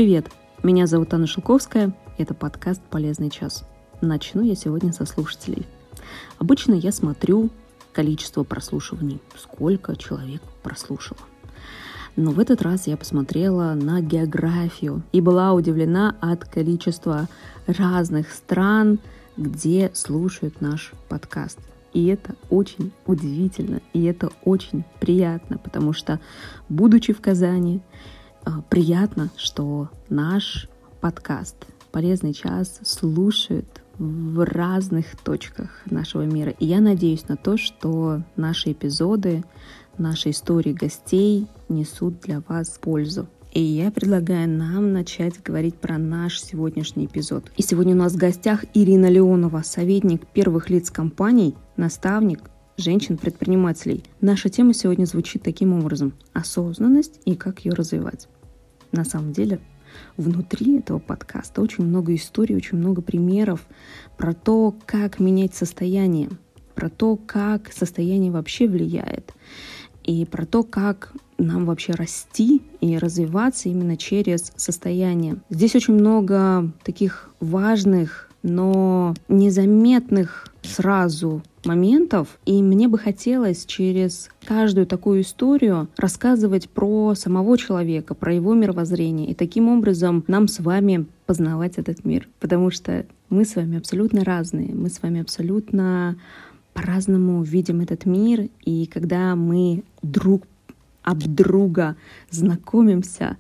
Привет, меня зовут Анна Шелковская, это подкаст «Полезный час». Начну я сегодня со слушателей. Обычно я смотрю количество прослушиваний, сколько человек прослушало. Но в этот раз я посмотрела на географию и была удивлена от количества разных стран, где слушают наш подкаст. И это очень удивительно, и это очень приятно, потому что, будучи в Казани, приятно, что наш подкаст «Полезный час» слушают в разных точках нашего мира. И я надеюсь на то, что наши эпизоды, наши истории гостей несут для вас пользу. И я предлагаю нам начать говорить про наш сегодняшний эпизод. И сегодня у нас в гостях Ирина Леонова, советник первых лиц компаний, наставник женщин-предпринимателей. Наша тема сегодня звучит таким образом: осознанность и как ее развивать. На самом деле, внутри этого подкаста очень много историй, очень много примеров про то, как менять состояние, про то, как состояние вообще влияет, и про то, как нам вообще расти и развиваться именно через состояние. Здесь очень много таких важных, но незаметных сразу моментов, и мне бы хотелось через каждую такую историю рассказывать про самого человека, про его мировоззрение, и таким образом нам с вами познавать этот мир, потому что мы с вами абсолютно разные, мы с вами абсолютно по-разному видим этот мир, и когда мы друг об друга знакомимся,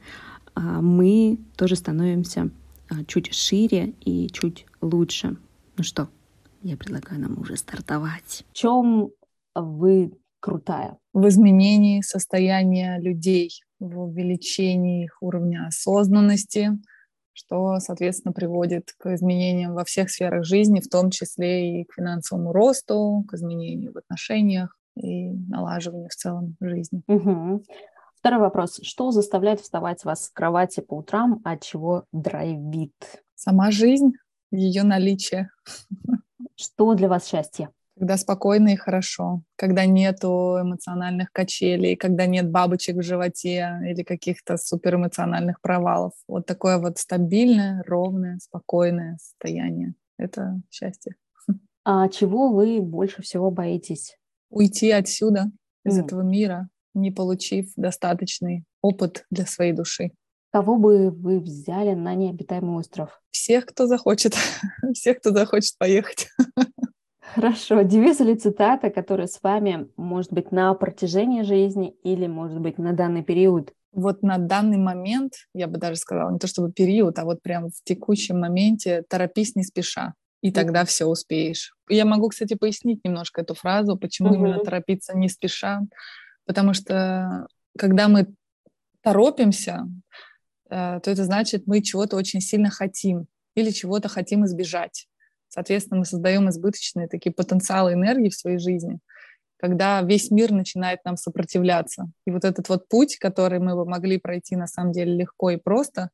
мы тоже становимся чуть шире и чуть лучше. Ну что, я предлагаю нам уже стартовать. В чем вы крутая? В изменении состояния людей, в увеличении их уровня осознанности, что, соответственно, приводит к изменениям во всех сферах жизни, в том числе и к финансовому росту, к изменению в отношениях и налаживанию в целом жизни. Угу. Второй вопрос. Что заставляет вставать вас с кровати по утрам, от чего драйвит? Сама жизнь, ее наличие. Что для вас счастье? Когда спокойно и хорошо, когда нету эмоциональных качелей, когда нет бабочек в животе или каких-то суперэмоциональных провалов. Вот такое вот стабильное, ровное, спокойное состояние. Это счастье. А чего вы больше всего боитесь? Уйти отсюда, из этого мира, не получив достаточный опыт для своей души. Кого бы вы взяли на необитаемый остров? Всех, кто захочет. Всех, кто захочет поехать. Хорошо. Девиз или цитата, которая с вами, может быть, на протяжении жизни или, может быть, на данный период? Вот на данный момент, я бы даже сказала, не то чтобы период, а вот прям в текущем моменте торопись не спеша, и тогда все успеешь. Я могу, кстати, пояснить немножко эту фразу, почему именно торопиться не спеша. Потому что когда мы торопимся, то это значит, мы чего-то очень сильно хотим или чего-то хотим избежать. Соответственно, мы создаем избыточные такие потенциалы энергии в своей жизни, когда весь мир начинает нам сопротивляться. И вот этот вот путь, который мы бы могли пройти на самом деле легко и просто,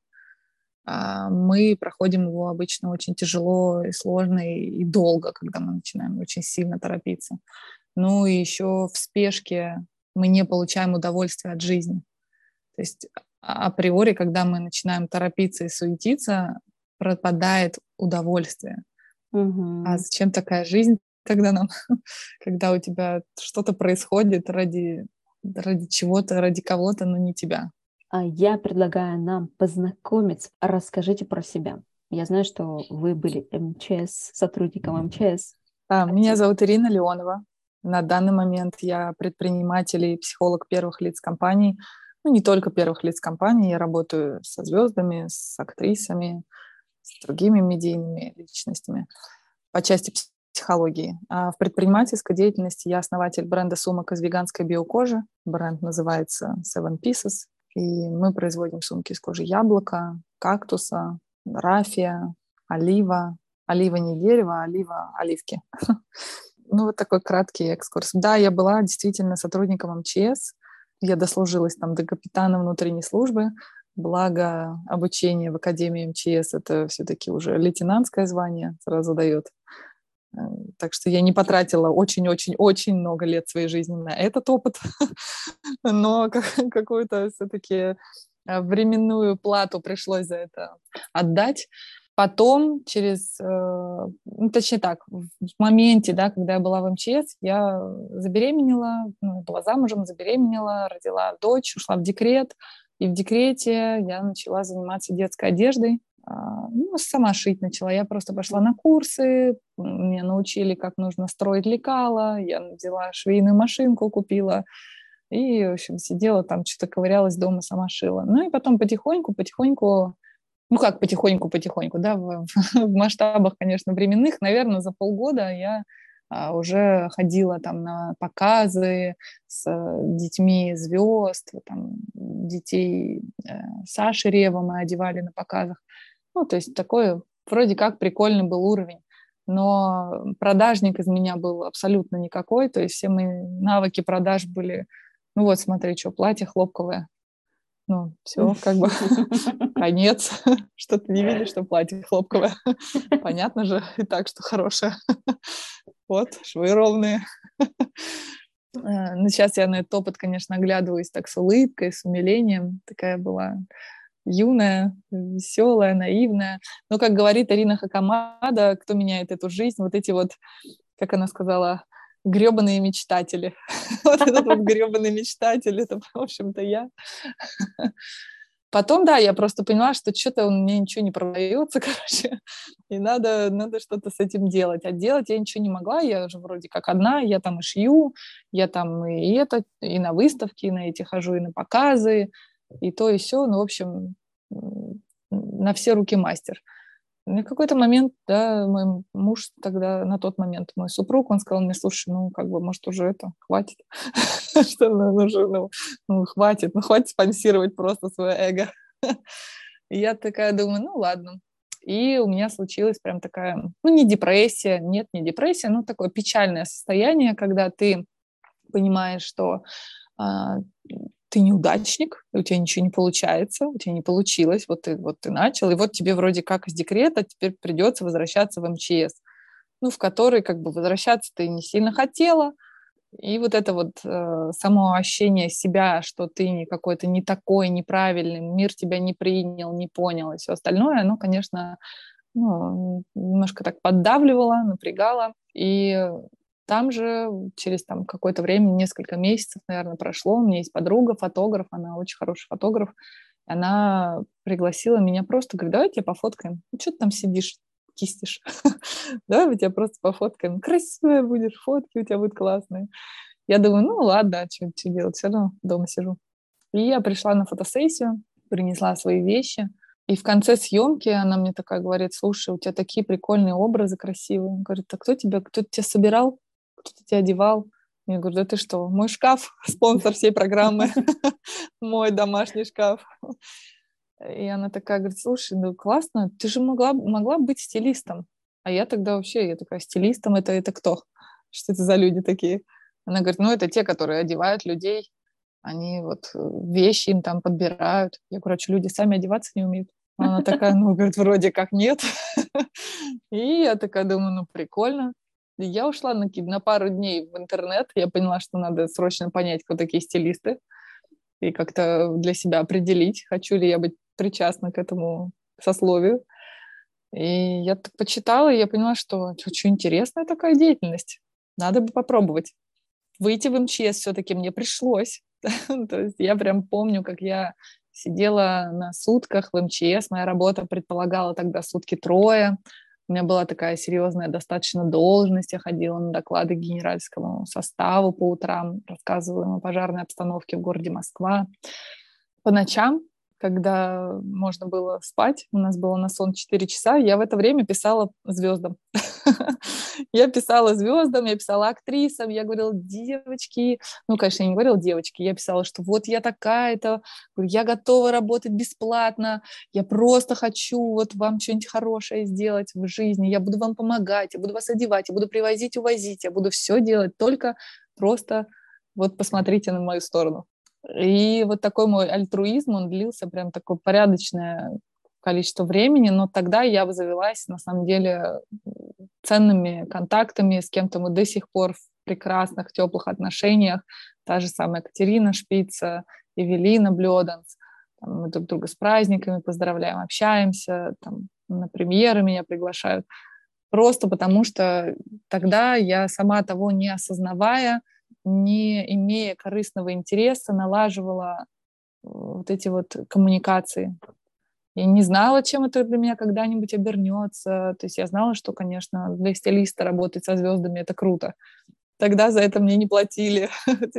мы проходим его обычно очень тяжело и сложно и долго, когда мы начинаем очень сильно торопиться. Ну и еще в спешке мы не получаем удовольствия от жизни. То есть априори, когда мы начинаем торопиться и суетиться, пропадает удовольствие. А зачем такая жизнь тогда нам, когда у тебя что-то происходит ради чего-то, ради кого-то, но не тебя? Я предлагаю нам познакомиться. Расскажите про себя. Я знаю, что вы были МЧС, сотрудником МЧС. Меня зовут Ирина Леонова. На данный момент я предприниматель и психолог первых лиц компаний. Ну, не только первых лиц компаний. Я работаю со звездами, с актрисами, с другими медийными личностями по части психологии. А в предпринимательской деятельности я основатель бренда сумок из веганской биокожи. Бренд называется Seven Pieces. И мы производим сумки из кожи яблока, кактуса, рафия, олива. Олива не дерево, а олива оливки. Ну, вот такой краткий экскурс. Да, я была действительно сотрудником МЧС. Я дослужилась там до капитана внутренней службы. Благо, обучение в Академии МЧС — это все-таки уже лейтенантское звание сразу дает. Так что я не потратила очень-очень-очень много лет своей жизни на этот опыт, но какую-то все-таки временную плату пришлось за это отдать. Потом точнее так, в моменте, да, когда я была в МЧС, я забеременела, была замужем, забеременела, родила дочь, ушла в декрет. И в декрете я начала заниматься детской одеждой. Сама шить начала. Я просто пошла на курсы, меня научили, как нужно строить лекала, я взяла швейную машинку, купила. И, в общем, сидела там, что-то ковырялась дома, сама шила. Ну и потом потихоньку, как потихоньку, да, в масштабах, конечно, временных, наверное, за полгода я уже ходила там на показы с детьми звезд, там, детей Саши Рева мы одевали на показах. То есть такой вроде как прикольный был уровень. Но продажник из меня был абсолютно никакой, то есть все мои навыки продаж были, смотри, что, платье хлопковое, все, как бы конец. Что-то не видишь, что платье хлопковое. Понятно же и так, что хорошее. Вот, швы ровные. Сейчас я на этот опыт, конечно, оглядываюсь так с улыбкой, с умилением. Такая была юная, веселая, наивная. Но, как говорит Арина Хакамада, кто меняет эту жизнь, вот эти вот, как она сказала, гребаные мечтатели. Вот этот вот гребаный мечтатель, это, в общем-то, я. Потом, да, я просто поняла, что что-то у меня ничего не продается, короче, и надо что-то с этим делать. А делать я ничего не могла, я же вроде как одна, я там и шью, я там и на выставки, и на эти хожу, и на показы, и то, и сё. В общем, на все руки мастер. И в какой-то момент, да, мой муж тогда, на тот момент мой супруг, он сказал мне: слушай, может, уже это, хватит, что уже, хватит спонсировать просто свое эго. И я такая думаю, ладно. И у меня случилась прям такая, не депрессия, нет, не депрессия, такое печальное состояние, когда ты понимаешь, что ты неудачник, у тебя ничего не получается, у тебя не получилось, вот ты начал, и вот тебе вроде как из декрета теперь придется возвращаться в МЧС, в который как бы возвращаться ты не сильно хотела, и вот это вот само ощущение себя, что ты какой-то не такой, неправильный, мир тебя не принял, не понял и все остальное, оно, конечно, немножко так поддавливало, напрягало, и там же через какое-то время, несколько месяцев, наверное, прошло, у меня есть подруга, фотограф, она очень хороший фотограф, она пригласила меня просто, говорит, давай тебя пофоткаем. Что ты там сидишь, кистишь? Давай мы тебя просто пофоткаем. Красивая будешь, фотки у тебя будут классные. Я думаю, ладно, что делать, все равно дома сижу. И я пришла на фотосессию, принесла свои вещи, и в конце съемки она мне такая говорит: слушай, у тебя такие прикольные образы, красивые. Она говорит: а кто тебя собирал? Кто-то тебя одевал? Я говорю: да ты что, мой шкаф, спонсор всей программы, мой домашний шкаф. И она такая говорит: слушай, классно, ты же могла быть стилистом. А я тогда вообще, я такая: стилистом это кто? Что это за люди такие? Она говорит: это те, которые одевают людей, они вещи им там подбирают. Я говорю: а что, люди сами одеваться не умеют? Она такая: говорит, вроде как нет. И я такая думаю, прикольно. И я ушла на пару дней в интернет. Я поняла, что надо срочно понять, кто такие стилисты, и как-то для себя определить, хочу ли я быть причастна к этому сословию. И я так почитала, и я поняла, что интересная такая деятельность. Надо бы попробовать. Выйти в МЧС все-таки мне пришлось. То есть я прям помню, как я сидела на сутках в МЧС. Моя работа предполагала тогда сутки трое. У меня была такая серьезная достаточно должность. Я ходила на доклады к генеральскому составу по утрам, рассказывала им о пожарной обстановке в городе Москва. По ночам, когда можно было спать, у нас было на сон 4 часа, я в это время писала звездам. Я писала звездам, я писала актрисам, я говорила: девочки, конечно, я не говорила девочки, я писала, что вот я такая-то, я готова работать бесплатно, я просто хочу вам что-нибудь хорошее сделать в жизни, я буду вам помогать, я буду вас одевать, я буду привозить, увозить, я буду все делать, только просто посмотрите на мою сторону. И такой мой альтруизм, он длился прям такое порядочное количество времени, но тогда я обзавелась, на самом деле, ценными контактами, с кем-то мы до сих пор в прекрасных, теплых отношениях. Та же самая Катерина Шпица, Эвелина Блёданс. Там, мы друг друга с праздниками поздравляем, общаемся, там, на премьеры меня приглашают. Просто потому что тогда я, сама того не осознавая, не имея корыстного интереса, налаживала вот эти вот коммуникации. Я не знала, чем это для меня когда-нибудь обернется. То есть я знала, что, конечно, для стилиста работать со звездами — это круто. Тогда за это мне не платили.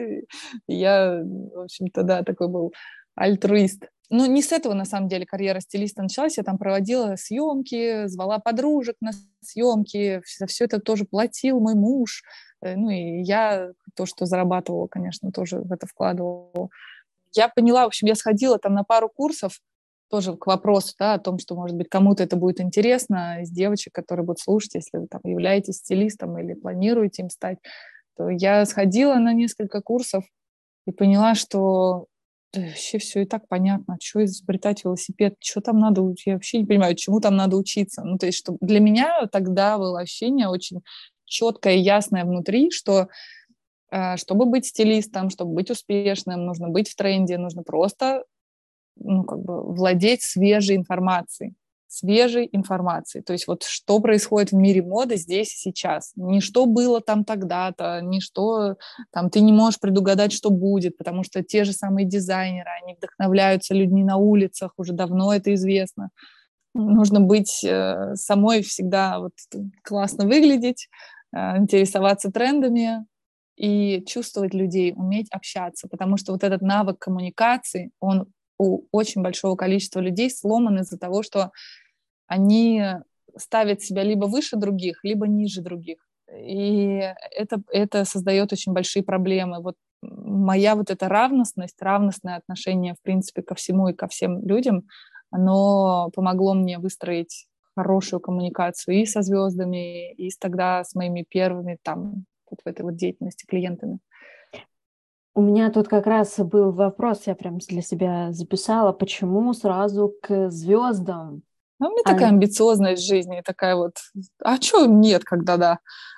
Я, в общем-то, да, такой был альтруист. Ну, не с этого, на самом деле, карьера стилиста началась. Я там проводила съемки, звала подружек на съемки. За все это тоже платил мой муж. Ну, и я то, что зарабатывала, конечно, тоже в это вкладывала. Я поняла, в общем, я сходила там на пару курсов, тоже к вопросу, да, о том, что, может быть, кому-то это будет интересно из девочек, которые будут слушать, если вы там являетесь стилистом или планируете им стать, то я сходила на несколько курсов и поняла, что да, вообще все и так понятно, что изобретать велосипед, что там надо учить, я вообще не понимаю, чему там надо учиться. Ну, то есть, что для меня тогда было ощущение очень четкое и ясное внутри, что чтобы быть стилистом, чтобы быть успешным, нужно быть в тренде, нужно просто, ну, как бы владеть свежей информацией. Свежей информацией. То есть вот что происходит в мире моды здесь и сейчас. Не что было там тогда-то, не что там ты не можешь предугадать, что будет, потому что те же самые дизайнеры, они вдохновляются людьми на улицах, уже давно это известно. Нужно быть самой всегда вот классно выглядеть, интересоваться трендами и чувствовать людей, уметь общаться, потому что вот этот навык коммуникации, он у очень большого количества людей сломан из-за того, что они ставят себя либо выше других, либо ниже других. И это создает очень большие проблемы. Вот моя вот эта равностность, равностное отношение, в принципе, ко всему и ко всем людям, оно помогло мне выстроить хорошую коммуникацию и со звездами, и тогда с моими первыми там вот в этой вот деятельности клиентами. У меня тут как раз был вопрос, я прям для себя записала, почему сразу к звездам? Ну, у меня такая амбициозность в жизни, такая вот, а что нет, когда да?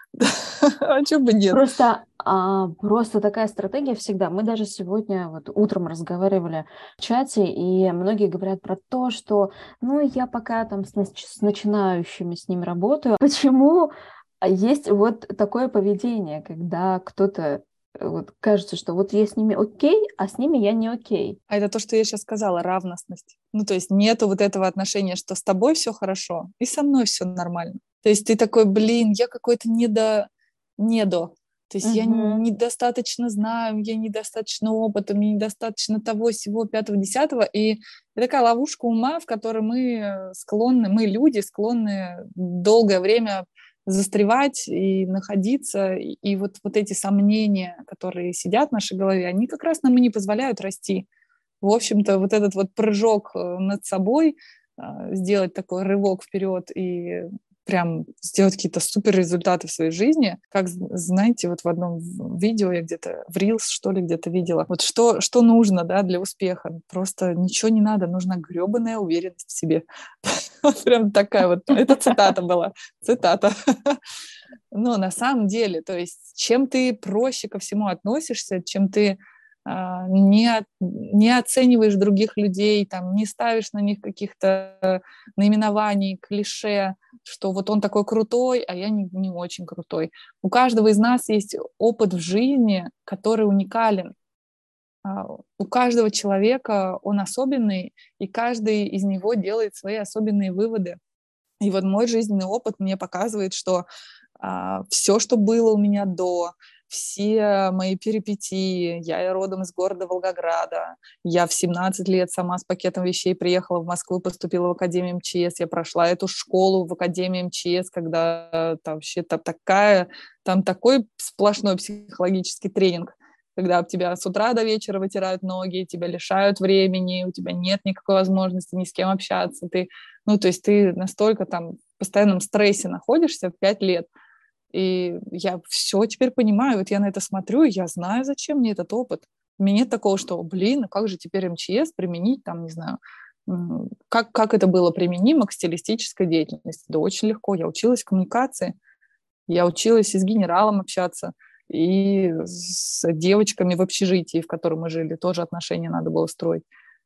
А что бы нет? Просто такая стратегия всегда. Мы даже сегодня вот утром разговаривали в чате, и многие говорят про то, что ну я пока там с начинающими с ними работаю. Почему есть вот такое поведение, когда кто-то вот кажется, что вот я с ними окей, а с ними я не окей. А это то, что я сейчас сказала, равностность. Ну, то есть нету вот этого отношения, что с тобой все хорошо, и со мной все нормально. То есть ты такой, блин, я какой-то недо. То есть я недостаточно знаю, я недостаточно опыта, мне недостаточно того, всего, пятого, десятого. И это такая ловушка ума, в которой мы люди, склонны долгое время застревать и находиться. И вот эти сомнения, которые сидят в нашей голове, они как раз нам и не позволяют расти. В общем-то, вот этот вот прыжок над собой, сделать такой рывок вперед и прям сделать какие-то супер результаты в своей жизни. Как, знаете, вот в одном видео я где-то в Reels, что ли, где-то видела. Вот что нужно, да, для успеха? Просто ничего не надо, нужна гребаная уверенность в себе. Прям такая вот, это цитата была, цитата. Но на самом деле, то есть чем ты проще ко всему относишься, чем ты не оцениваешь других людей, там, не ставишь на них каких-то наименований, клише, что вот он такой крутой, а я не очень крутой. У каждого из нас есть опыт в жизни, который уникален. У каждого человека он особенный, и каждый из него делает свои особенные выводы. И вот мой жизненный опыт мне показывает, что все, что было у меня до, все мои перипетии, я родом из города Волгограда, я в 17 лет сама с пакетом вещей приехала в Москву, поступила в Академию МЧС, я прошла эту школу в Академии МЧС, когда там вообще там такой сплошной психологический тренинг, когда об тебя с утра до вечера вытирают ноги, тебя лишают времени, у тебя нет никакой возможности ни с кем общаться, то есть ты настолько там в постоянном стрессе находишься в 5 лет, и я все теперь понимаю, вот я на это смотрю, и я знаю, зачем мне этот опыт. У меня нет такого, что, блин, а как же теперь МЧС применить, там, не знаю, как это было применимо к стилистической деятельности. Да очень легко. Я училась коммуникации, я училась и с генералом общаться, и с девочками в общежитии, в котором мы жили, тоже отношения надо было строить.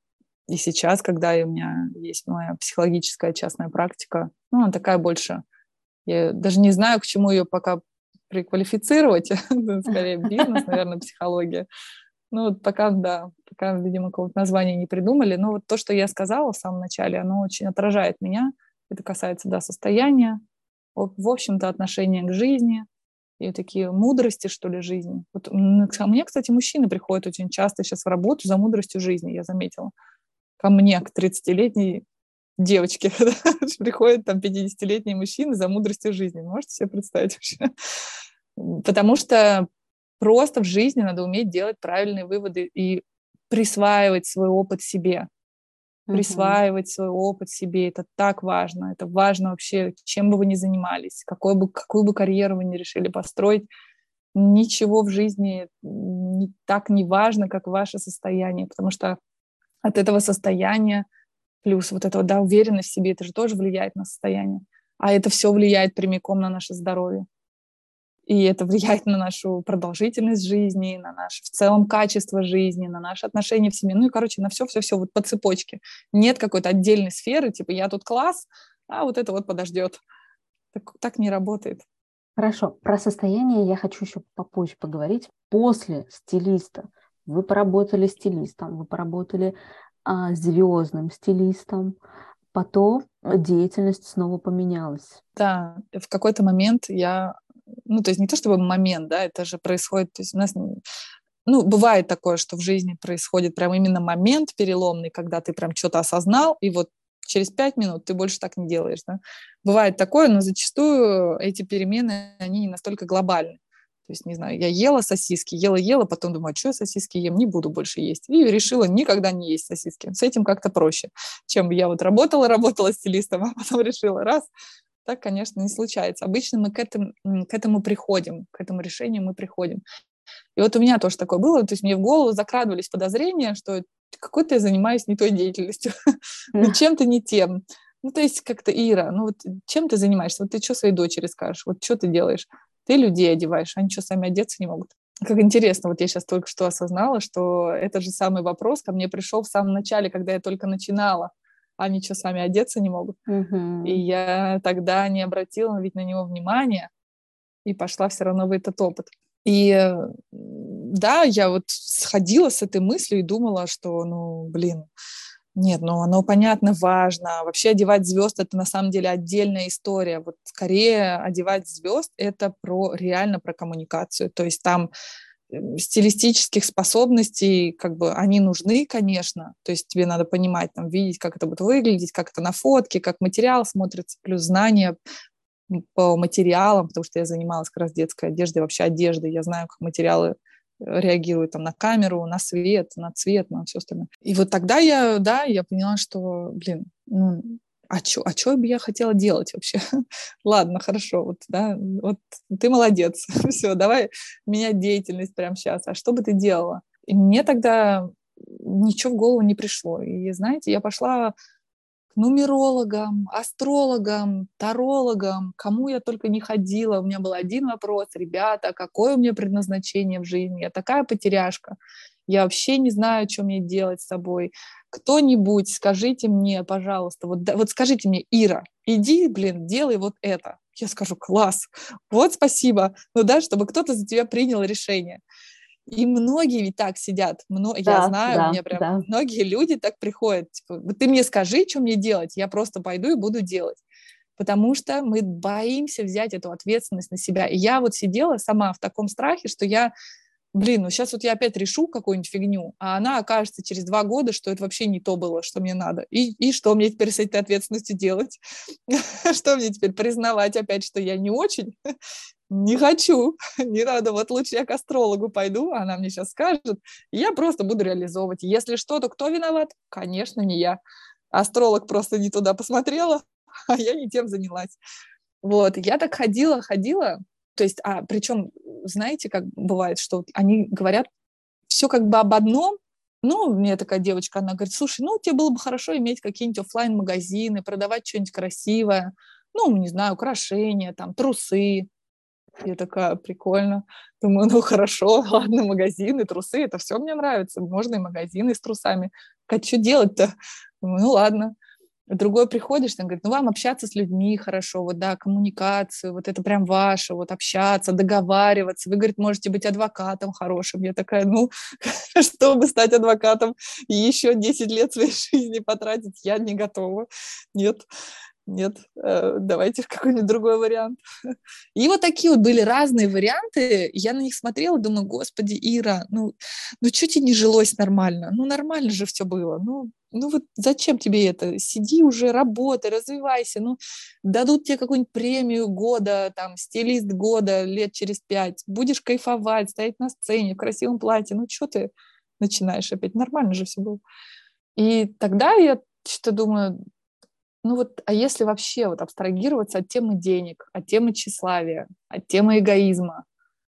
И сейчас, когда у меня есть моя психологическая частная практика, ну, она такая больше, я даже не знаю, к чему ее пока приквалифицировать, скорее бизнес, наверное, психология. Ну, вот пока, да, пока, видимо, какого-то названия не придумали. Но вот то, что я сказала в самом начале, оно очень отражает меня. Это касается, да, состояния, в общем-то, отношения к жизни и такие мудрости, что ли, жизни. Вот ко мне, кстати, мужчины приходят очень часто сейчас в работу за мудростью жизни, я заметила. Ко мне, к 30-летней девочке, приходят там 50-летние мужчины за мудростью жизни. Можете себе представить вообще? Потому что просто в жизни надо уметь делать правильные выводы и присваивать свой опыт себе. Присваивать свой опыт себе. Это так важно. Это важно вообще, чем бы вы ни занимались, какую бы карьеру вы ни решили построить. Ничего в жизни так не важно, как ваше состояние, потому что от этого состояния плюс вот эта, да, уверенность в себе, это же тоже влияет на состояние. А это все влияет прямиком на наше здоровье. И это влияет на нашу продолжительность жизни, на наше в целом качество жизни, на наши отношения в семье. Ну и, короче, на все-все-все вот по цепочке. Нет какой-то отдельной сферы, типа я тут класс, а вот это вот подождет. Так не работает. Хорошо. Про состояние я хочу еще попозже поговорить. После стилиста вы поработали стилистом, вы поработали звездным стилистом, потом деятельность снова поменялась. Да, в какой-то момент ну, то есть не то чтобы момент, да, это же происходит, то есть у нас, ну, бывает такое, что в жизни происходит прям именно момент переломный, когда ты прям что-то осознал, и вот через 5 минут ты больше так не делаешь, да. Бывает такое, но зачастую эти перемены, они не настолько глобальны. То есть, не знаю, я ела сосиски, ела, потом думаю, что я сосиски ем, не буду больше есть. И решила никогда не есть сосиски. С этим как-то проще, чем я вот работала стилистом, а потом решила, раз, так, конечно, не случается. Обычно мы к этому приходим, к этому решению мы приходим. И вот у меня тоже такое было, то есть мне в голову закрадывались подозрения, что какой-то я занимаюсь не той деятельностью, ну, чем-то не тем. Ну, то есть как-то, Ира, ну вот чем ты занимаешься? Вот ты что своей дочери скажешь? Вот что ты делаешь? Ты людей одеваешь, они что, сами одеться не могут? Как интересно, вот я сейчас только что осознала, что этот же самый вопрос ко мне пришел в самом начале, когда я только начинала. Они что, сами одеться не могут? И я тогда не обратила ведь на него внимания и пошла все равно в этот опыт. И да, я вот сходила с этой мыслью и думала, что, ну, блин, нет, ну, оно, понятно, важно. Вообще одевать звезд — это на самом деле отдельная история. Вот скорее одевать звезд — это реально про коммуникацию. То есть там стилистических способностей, как бы, они нужны, конечно. То есть тебе надо понимать, там, видеть, как это будет выглядеть, как это на фотке, как материал смотрится, плюс знания по материалам, потому что я занималась как раз детской одеждой, вообще одеждой. Я знаю, как материалы реагируют там на камеру, на свет, на цвет, на все остальное. И вот тогда я поняла, что, блин, ну, а что бы я хотела делать вообще? Ладно, хорошо, вот, да, вот ты молодец, все, давай менять деятельность прямо сейчас. А что бы ты делала? И мне тогда ничего в голову не пришло. И, знаете, я пошла к нумерологам, астрологам, тарологам, кому я только не ходила. У меня был один вопрос: ребята, какое у меня предназначение в жизни? Я такая потеряшка. Я вообще не знаю, что мне делать с собой. Кто-нибудь скажите мне, пожалуйста, вот скажите мне, Ира, иди, блин, делай вот это. Я скажу: класс, вот спасибо. Ну да, чтобы кто-то за тебя принял решение. И многие ведь так сидят. Я Да, знаю, да, мне прям да. многие люди так приходят. Типа, вот ты мне скажи, что мне делать, я просто пойду и буду делать. Потому что мы боимся взять эту ответственность на себя. И я вот сидела сама в таком страхе, что ну сейчас вот я опять решу какую-нибудь фигню, а она окажется через 2 года, что это вообще не то было, что мне надо. И что мне теперь с этой ответственностью делать? Что мне теперь признавать опять, что я не очень? Не хочу, не надо. Вот лучше я к астрологу пойду, она мне сейчас скажет, и я просто буду реализовывать. Если что, то кто виноват? Конечно, не я. Астролог просто не туда посмотрела, а я не тем занялась. Вот, я так ходила, то есть, причем, знаете, как бывает, что они говорят все как бы об одном. Ну, мне такая девочка, она говорит: слушай, ну, тебе было бы хорошо иметь какие-нибудь офлайн-магазины, продавать что-нибудь красивое, ну, не знаю, украшения, там, трусы. Я такая, прикольно. Думаю, ну хорошо, ладно, магазины, трусы, это все мне нравится. Можно и магазины с трусами. А что делать-то? Думаю, ну ладно. Другой приходишь, там говорит, ну вам общаться с людьми хорошо, вот да, коммуникацию, вот это прям ваше, вот общаться, договариваться. Вы, говорит, можете быть адвокатом хорошим. Я такая, ну, чтобы стать адвокатом и еще 10 лет своей жизни потратить, я не готова. Нет, нет, давайте какой-нибудь другой вариант. И вот такие вот были разные варианты. Я на них смотрела, думаю, господи, Ира, ну что тебе не жилось нормально? Ну нормально же все было. Ну вот зачем тебе это? Сиди уже, работай, развивайся. Ну дадут тебе какую-нибудь премию года, там, стилист года лет через 5. Будешь кайфовать, стоять на сцене в красивом платье. Ну что ты начинаешь опять? Нормально же все было. И тогда я что-то думаю, ну вот, а если вообще вот абстрагироваться от темы денег, от темы тщеславия, от темы эгоизма,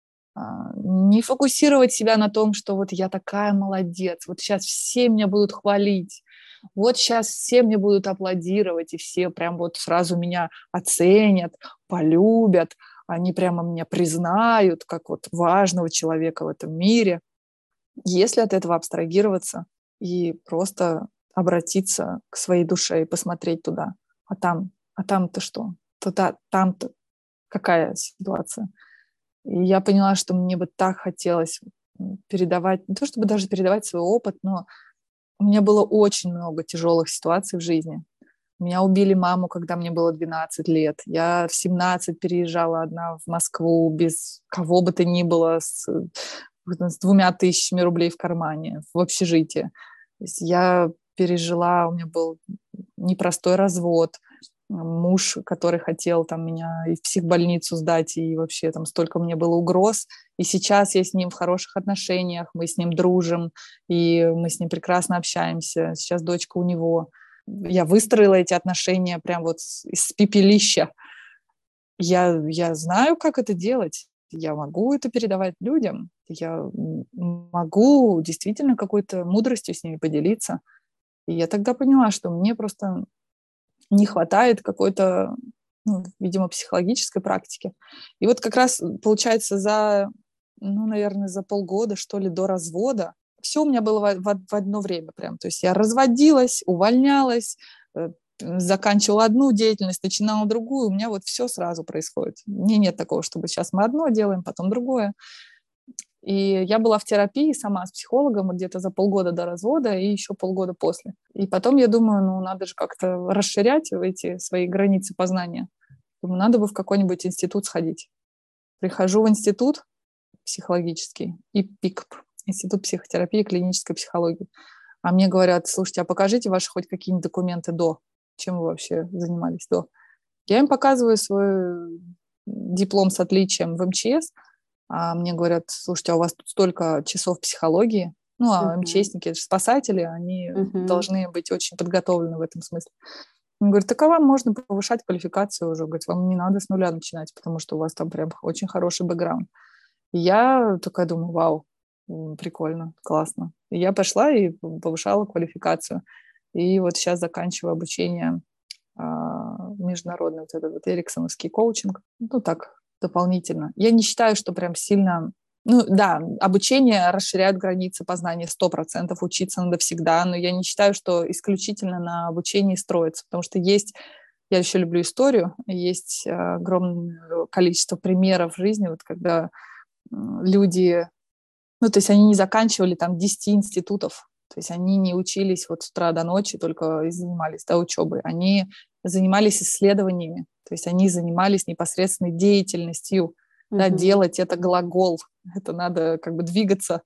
не фокусировать себя на том, что вот я такая молодец, вот сейчас все меня будут хвалить, вот сейчас все мне будут аплодировать, и все прям вот сразу меня оценят, полюбят, они прямо меня признают как вот важного человека в этом мире. Если от этого абстрагироваться и просто обратиться к своей душе и посмотреть туда, а там-то что? Там-то какая ситуация? И я поняла, что мне бы так хотелось передавать, не то чтобы даже передавать свой опыт, но у меня было очень много тяжелых ситуаций в жизни. Меня убили маму, когда мне было 12 лет. Я в 17 переезжала одна в Москву без кого бы то ни было, с 2000 рублей в кармане, в общежитии. То есть я пережила, у меня был непростой развод, муж, который хотел там меня и в психбольницу сдать, и вообще там столько мне было угроз. И сейчас я с ним в хороших отношениях, мы с ним дружим, и мы с ним прекрасно общаемся. Сейчас дочка у него. Я выстроила эти отношения прям вот из пепелища. Я знаю, как это делать. Я могу это передавать людям. Я могу действительно какой-то мудростью с ними поделиться. И я тогда поняла, что мне просто не хватает какой-то, ну, видимо, психологической практики. И вот как раз, получается, наверное, за полгода, что ли, до развода, все у меня было в одно время прям. То есть я разводилась, увольнялась, заканчивала одну деятельность, начинала другую. У меня вот все сразу происходит. Мне нет такого, чтобы сейчас мы одно делаем, потом другое. И я была в терапии сама с психологом где-то за полгода до развода и еще полгода после. И потом я думаю, надо же как-то расширять эти свои границы познания. Думаю, надо бы в какой-нибудь институт сходить. Прихожу в институт психологический, ИПИКП, Институт психотерапии и клинической психологии. А мне говорят, слушайте, а покажите ваши хоть какие-нибудь документы до. Чем вы вообще занимались до? Я им показываю свой диплом с отличием в МЧС, а мне говорят, слушайте, а у вас тут столько часов психологии, а МЧСники, это же спасатели, они должны быть очень подготовлены в этом смысле. Он говорит, так а вам можно повышать квалификацию уже, говорит, вам не надо с нуля начинать, потому что у вас там прям очень хороший бэкграунд. И я такая думаю, вау, прикольно, классно. И я пошла и повышала квалификацию. И вот сейчас заканчиваю обучение международный вот этот вот эриксоновский коучинг. Так, дополнительно. Я не считаю, что прям сильно... Да, обучение расширяет границы познания 100%, учиться надо всегда, но я не считаю, что исключительно на обучении строится, потому что есть... Я еще люблю историю, есть огромное количество примеров в жизни, вот когда люди... то есть они не заканчивали там 10 институтов, то есть они не учились вот с утра до ночи, только и занимались учебой. Они занимались исследованиями, то есть они занимались непосредственной деятельностью. Да, делать — это глагол, это надо как бы двигаться,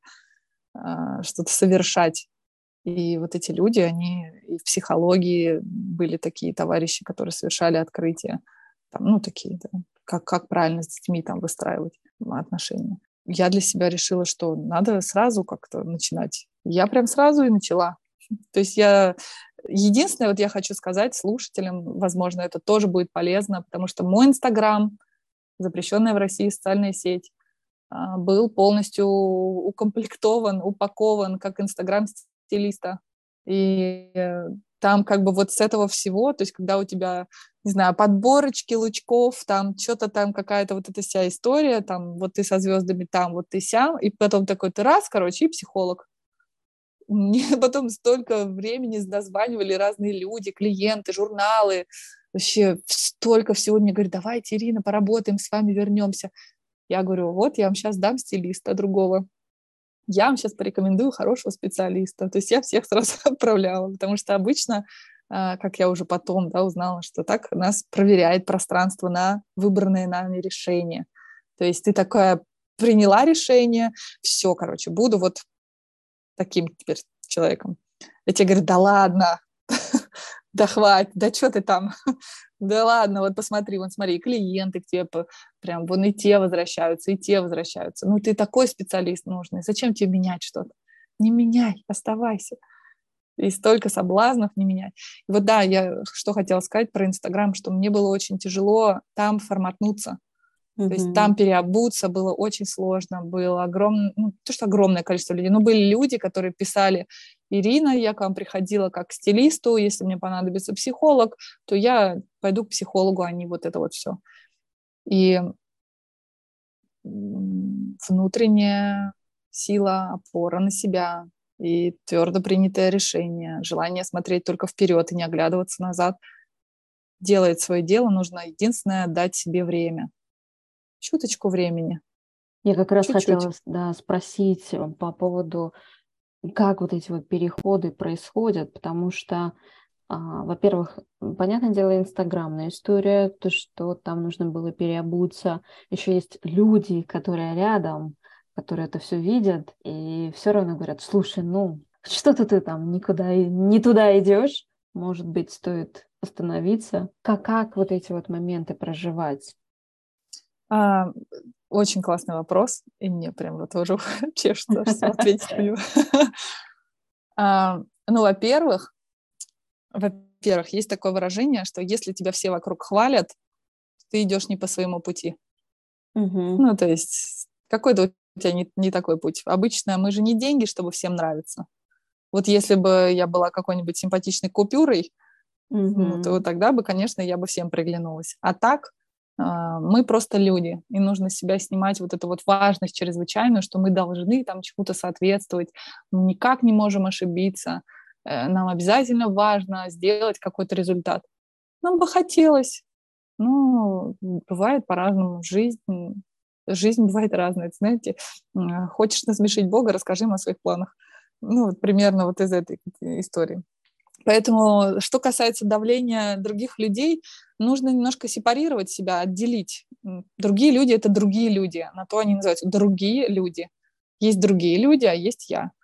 что-то совершать. И вот эти люди, они и в психологии были такие товарищи, которые совершали открытия, там, такие, да, как правильно с детьми там выстраивать отношения. Я для себя решила, что надо сразу как-то начинать. Я прям сразу и начала. То есть единственное, вот я хочу сказать слушателям, возможно, это тоже будет полезно, потому что мой Инстаграм, запрещенная в России социальная сеть, был полностью укомплектован, упакован как Инстаграм стилиста. И там как бы вот с этого всего, то есть когда у тебя, не знаю, подборочки лучков, там что-то там какая-то вот эта вся история, там вот ты со звездами там, вот ты сям, и потом такой ты раз, короче, и психолог. Мне потом столько времени названивали разные люди, клиенты, журналы, вообще столько всего. Мне говорят, давайте, Ирина, поработаем с вами, вернемся. Я говорю, вот я вам сейчас дам стилиста другого. Я вам сейчас порекомендую хорошего специалиста. То есть я всех сразу отправляла, потому что обычно, как я уже потом узнала, что так нас проверяет пространство на выбранное нами решение. То есть ты такая приняла решение, все, короче, буду вот таким теперь человеком. Я тебе говорю, да ладно, да хватит, да что ты там, да ладно, вот посмотри, вон смотри, клиенты к тебе прям, вон и те возвращаются, и те возвращаются. Ну, ты такой специалист нужный, зачем тебе менять что-то? Не меняй, оставайся. И столько соблазнов не менять. И вот да, я что хотела сказать про Инстаграм, что мне было очень тяжело там форматнуться. То есть там переобуться было очень сложно, было огромное, ну, то, что огромное количество людей, но были люди, которые писали, Ирина, я к вам приходила как к стилисту, если мне понадобится психолог, то я пойду к психологу, а не вот это вот все. И внутренняя сила, опора на себя и твердо принятое решение, желание смотреть только вперед и не оглядываться назад, делает свое дело, нужно единственное дать себе время. Чуточку времени. Я как раз Чуть-чуть. хотела, да, спросить по поводу, как вот эти вот переходы происходят, потому что, во-первых, понятное дело, инстаграмная история, то, что там нужно было переобуться. Еще есть люди, которые рядом, которые это все видят, и все равно говорят, слушай, ну, что-то ты там никуда не туда идешь, может быть, стоит остановиться. Как вот эти вот моменты проживать? Очень классный вопрос, и мне прям вот тоже чешется, что ответить на него. Ну, во-первых, есть такое выражение, что если тебя все вокруг хвалят, ты идешь не по своему пути. Ну, то есть какой-то у тебя не такой путь. Обычно мы же не деньги, чтобы всем нравиться. Вот если бы я была какой-нибудь симпатичной купюрой, ну, то тогда бы, конечно, я бы всем приглянулась. А так мы просто люди, и нужно с себя снимать вот эту вот важность чрезвычайную, что мы должны там чему-то соответствовать, мы никак не можем ошибиться, нам обязательно важно сделать какой-то результат. Нам бы хотелось, ну, бывает по-разному, жизнь бывает разная, знаете, хочешь насмешить Бога, расскажи ему о своих планах. Ну, вот примерно вот из этой истории. Поэтому, что касается давления других людей, нужно немножко сепарировать себя, отделить. Другие люди — это другие люди. На то они называются другие люди. Есть другие люди, а есть я.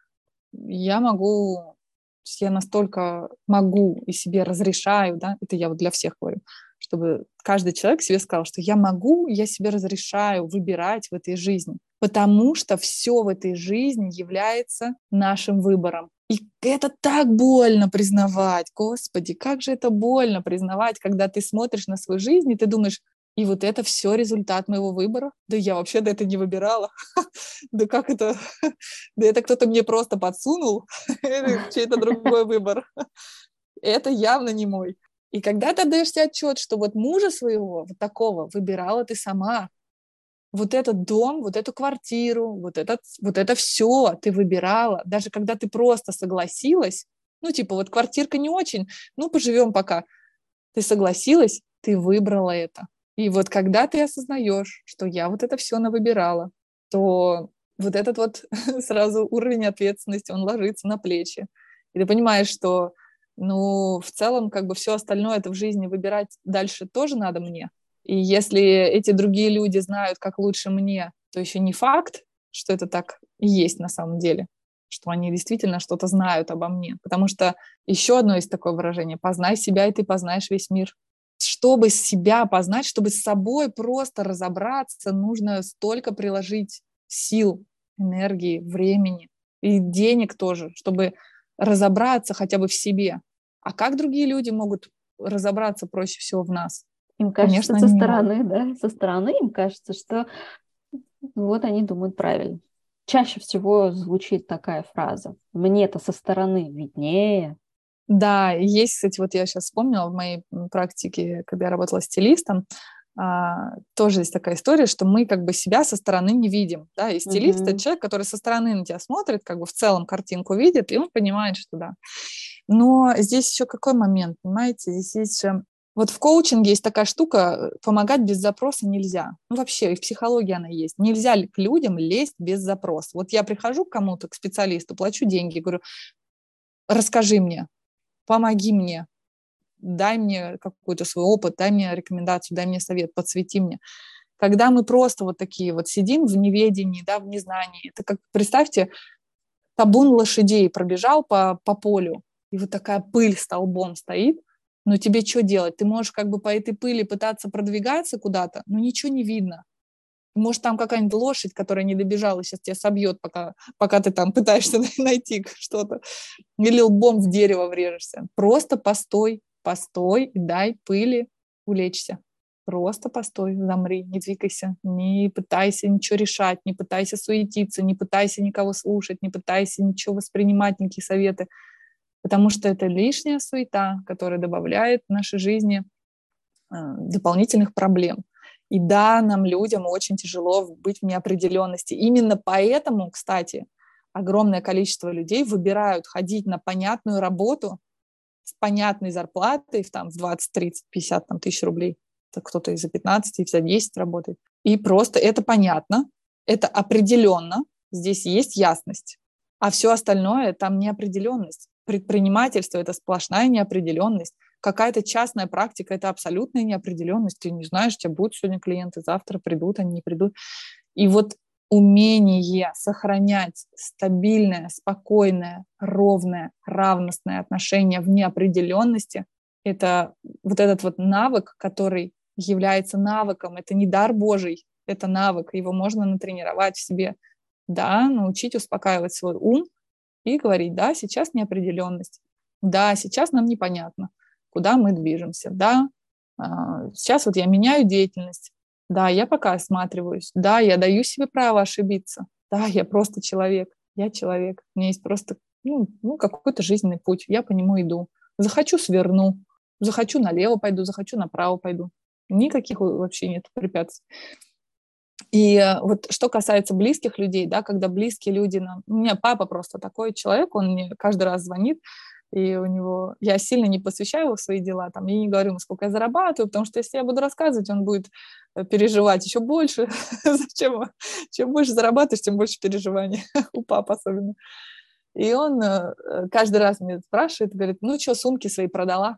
Я настолько могу и себе разрешаю, да, это я вот для всех говорю, чтобы каждый человек себе сказал, что я себе разрешаю выбирать в этой жизни, потому что все в этой жизни является нашим выбором. И это так больно признавать, Господи, как же это больно признавать, когда ты смотришь на свою жизнь, и ты думаешь, и вот это все результат моего выбора? Да я вообще-то это не выбирала. Да как это? Да это кто-то мне просто подсунул, или чей-то другой выбор. Это явно не мой. И когда ты отдаешь себе отчет, что вот мужа своего, вот такого, выбирала ты сама, вот этот дом, вот эту квартиру, вот это все ты выбирала, даже когда ты просто согласилась, ну, типа, вот квартирка не очень, ну, поживем пока. Ты согласилась, ты выбрала это. И вот когда ты осознаешь, что я вот это все навыбирала, то вот этот вот сразу уровень ответственности, он ложится на плечи. И ты понимаешь, что, ну, в целом, как бы все остальное это в жизни выбирать дальше тоже надо мне. И если эти другие люди знают, как лучше мне, то еще не факт, что это так и есть на самом деле, что они действительно что-то знают обо мне. Потому что еще одно есть такое выражение: познай себя, и ты познаешь весь мир. Чтобы себя познать, чтобы с собой просто разобраться, нужно столько приложить сил, энергии, времени и денег тоже, чтобы разобраться хотя бы в себе. А как другие люди могут разобраться проще всего в нас? Им кажется, Конечно, со они не могут. стороны, да, со стороны им кажется, что вот они думают правильно. Чаще всего звучит такая фраза: мне-то со стороны виднее. Да, есть, кстати, вот я сейчас вспомнила в моей практике, когда я работала стилистом, тоже есть такая история, что мы как бы себя со стороны не видим, да, и стилист — это Мгм. человек, который со стороны на тебя смотрит, как бы в целом картинку видит, и он понимает, что да. Но здесь еще какой момент, понимаете, здесь есть же... Вот в коучинге есть такая штука, помогать без запроса нельзя. Ну, вообще, и в психологии она есть. Нельзя к людям лезть без запроса. Вот я прихожу к кому-то, к специалисту, плачу деньги, говорю, расскажи мне, помоги мне, дай мне какой-то свой опыт, дай мне рекомендацию, дай мне совет, подсвети мне. Когда мы просто вот такие вот сидим в неведении, да, в незнании, это как, представьте, табун лошадей пробежал по полю, и вот такая пыль столбом стоит, но тебе что делать? Ты можешь как бы по этой пыли пытаться продвигаться куда-то, но ничего не видно. Может, там какая-нибудь лошадь, которая не добежала, сейчас тебя собьет, пока ты там пытаешься найти что-то. Или лбом в дерево врежешься. Просто постой, постой и дай пыли улечься. Просто постой, замри, не двигайся, не пытайся ничего решать, не пытайся суетиться, не пытайся никого слушать, не пытайся ничего воспринимать, никакие советы, потому что это лишняя суета, которая добавляет в нашей жизни дополнительных проблем. И да, нам, людям, очень тяжело быть в неопределенности. Именно поэтому, кстати, огромное количество людей выбирают ходить на понятную работу с понятной зарплатой в 20, 30, 50 тысяч рублей. Кто-то и за 15, и за 10 работает. И просто это понятно, это определенно, здесь есть ясность. А все остальное там неопределенность. Предпринимательство — это сплошная неопределенность. Какая-то частная практика — это абсолютная неопределенность. Ты не знаешь, у тебя будут сегодня клиенты, завтра придут, они не придут. И вот умение сохранять стабильное, спокойное, ровное, равностное отношение в неопределенности — это вот этот вот навык, который является навыком. Это не дар Божий, это навык. Его можно натренировать в себе. Да, научить успокаивать свой ум и говорить, да, сейчас неопределенность. Да, сейчас нам непонятно, куда мы движемся. Да, сейчас вот я меняю деятельность. Да, я пока осматриваюсь. Да, я даю себе право ошибиться. Да, я просто человек. Я человек. У меня есть просто какой-то жизненный путь. Я по нему иду. Захочу — сверну. Захочу — налево пойду. Захочу — направо пойду. Никаких вообще нет препятствий. И вот что касается близких людей, да, когда близкие люди у меня папа просто такой человек, он мне каждый раз звонит, и у него... Я сильно не посвящаю его в свои дела, там, я не говорю ему, сколько я зарабатываю, потому что если я буду рассказывать, он будет переживать еще больше. Зачем? Чем больше зарабатываешь, тем больше переживаний. У папы особенно. И он каждый раз меня спрашивает, говорит, ну что, сумки свои продала?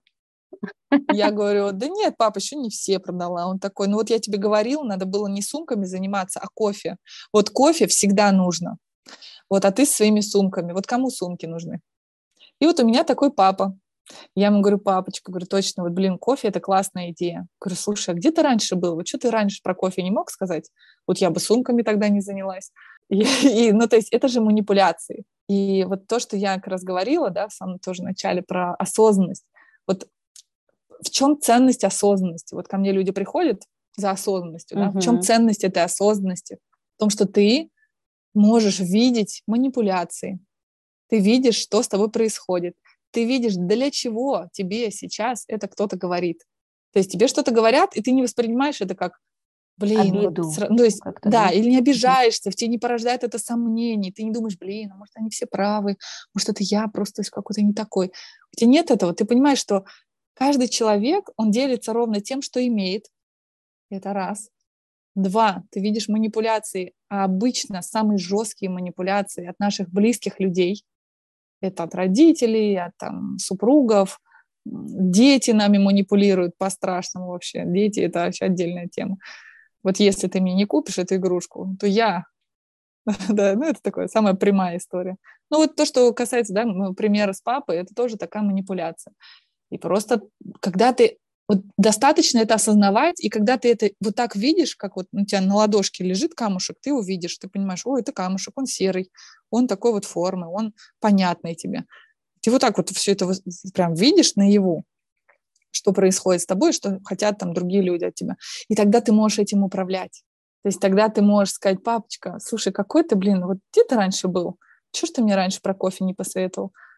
Я говорю, да нет, папа, еще не все продала. Он такой, ну вот я тебе говорил, надо было не сумками заниматься, а кофе. Вот кофе всегда нужно. Вот, а ты с своими сумками. Вот кому сумки нужны? И вот у меня такой папа. Я ему говорю, папочка, говорю, точно, вот, блин, кофе — это классная идея. Говорю, слушай, а где ты раньше был? Вот что ты раньше про кофе не мог сказать? Вот я бы сумками тогда не занялась. Ну, то есть это же манипуляции. И вот то, что я как раз говорила, да, в самом тоже начале про осознанность. Вот в чем ценность осознанности? Вот ко мне люди приходят за осознанностью, да? В чем ценность этой осознанности? В том, что ты можешь видеть манипуляции, ты видишь, что с тобой происходит, ты видишь, для чего тебе сейчас это кто-то говорит. То есть тебе что-то говорят, и ты не воспринимаешь это как, блин, вот, Обиду то есть, как-то, да, да? или не обижаешься, в тебе не порождает это сомнений, ты не думаешь, блин, а может, они все правы, может, это я просто какой-то не такой. У тебя нет этого, ты понимаешь, что каждый человек, он делится ровно тем, что имеет. Это раз. Два, ты видишь манипуляции, а обычно самые жесткие манипуляции от наших близких людей. Это от родителей, от супругов. Дети нами манипулируют по-страшному вообще. Дети — это вообще отдельная тема. Вот если ты мне не купишь эту игрушку, то я... Да, ну это такая самая прямая история. Ну вот то, что касается, да, примера с папой, это тоже такая манипуляция. И просто, когда ты вот достаточно это осознавать, и когда ты это вот так видишь, как вот у тебя на ладошке лежит камушек, ты увидишь, ты понимаешь, ой, это камушек, он серый, он такой вот формы, он понятный тебе. Ты вот так вот все это прям видишь наяву, что происходит с тобой, что хотят там другие люди от тебя. И тогда ты можешь этим управлять. То есть тогда ты можешь сказать, папочка, слушай, какой ты, блин, вот где ты раньше был? Чего ж ты мне раньше про кофе не посоветовал?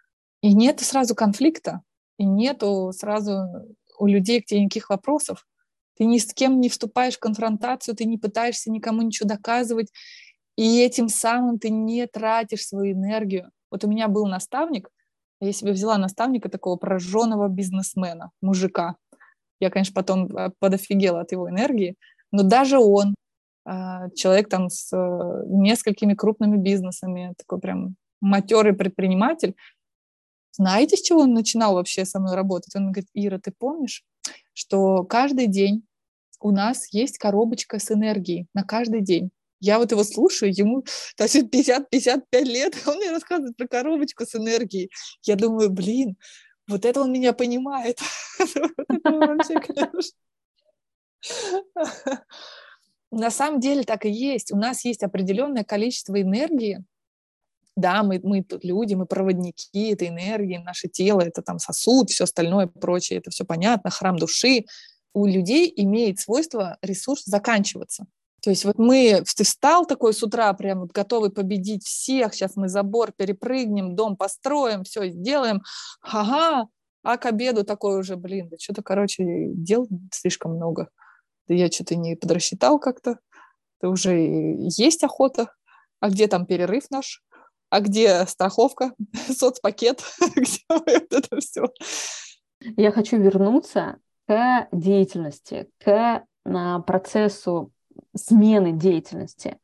И нету сразу конфликта, и нету сразу у людей к тебе никаких вопросов. Ты ни с кем не вступаешь в конфронтацию, ты не пытаешься никому ничего доказывать, и этим самым ты не тратишь свою энергию. Вот у меня был наставник, я себе взяла наставника такого прожженного бизнесмена, мужика. Я, конечно, потом подофигела от его энергии, но даже он, человек там с несколькими крупными бизнесами, такой прям матерый предприниматель. Знаете, с чего он начинал вообще со мной работать? Он говорит: Ира, ты помнишь, что каждый день у нас есть коробочка с энергией на каждый день? Я вот его слушаю, ему 50-55 лет, он мне рассказывает про коробочку с энергией. Я думаю, блин, вот это он меня понимает. На самом деле так и есть. У нас есть определенное количество энергии. Да, мы тут люди, мы проводники этой энергии, наше тело — это там сосуд, все остальное прочее, это все понятно, храм души. У людей имеет свойство ресурс заканчиваться. То есть вот ты встал такой с утра, прям вот готовый победить всех, сейчас мы забор перепрыгнем, дом построим, все сделаем, ага, а к обеду такой уже, блин, да что-то, короче, дел слишком много. Да я что-то не подрасчитал как-то, да уже есть охота, а где там перерыв наш? А где страховка, соцпакет, где вот это все? Я хочу вернуться к деятельности, к процессу смены деятельности.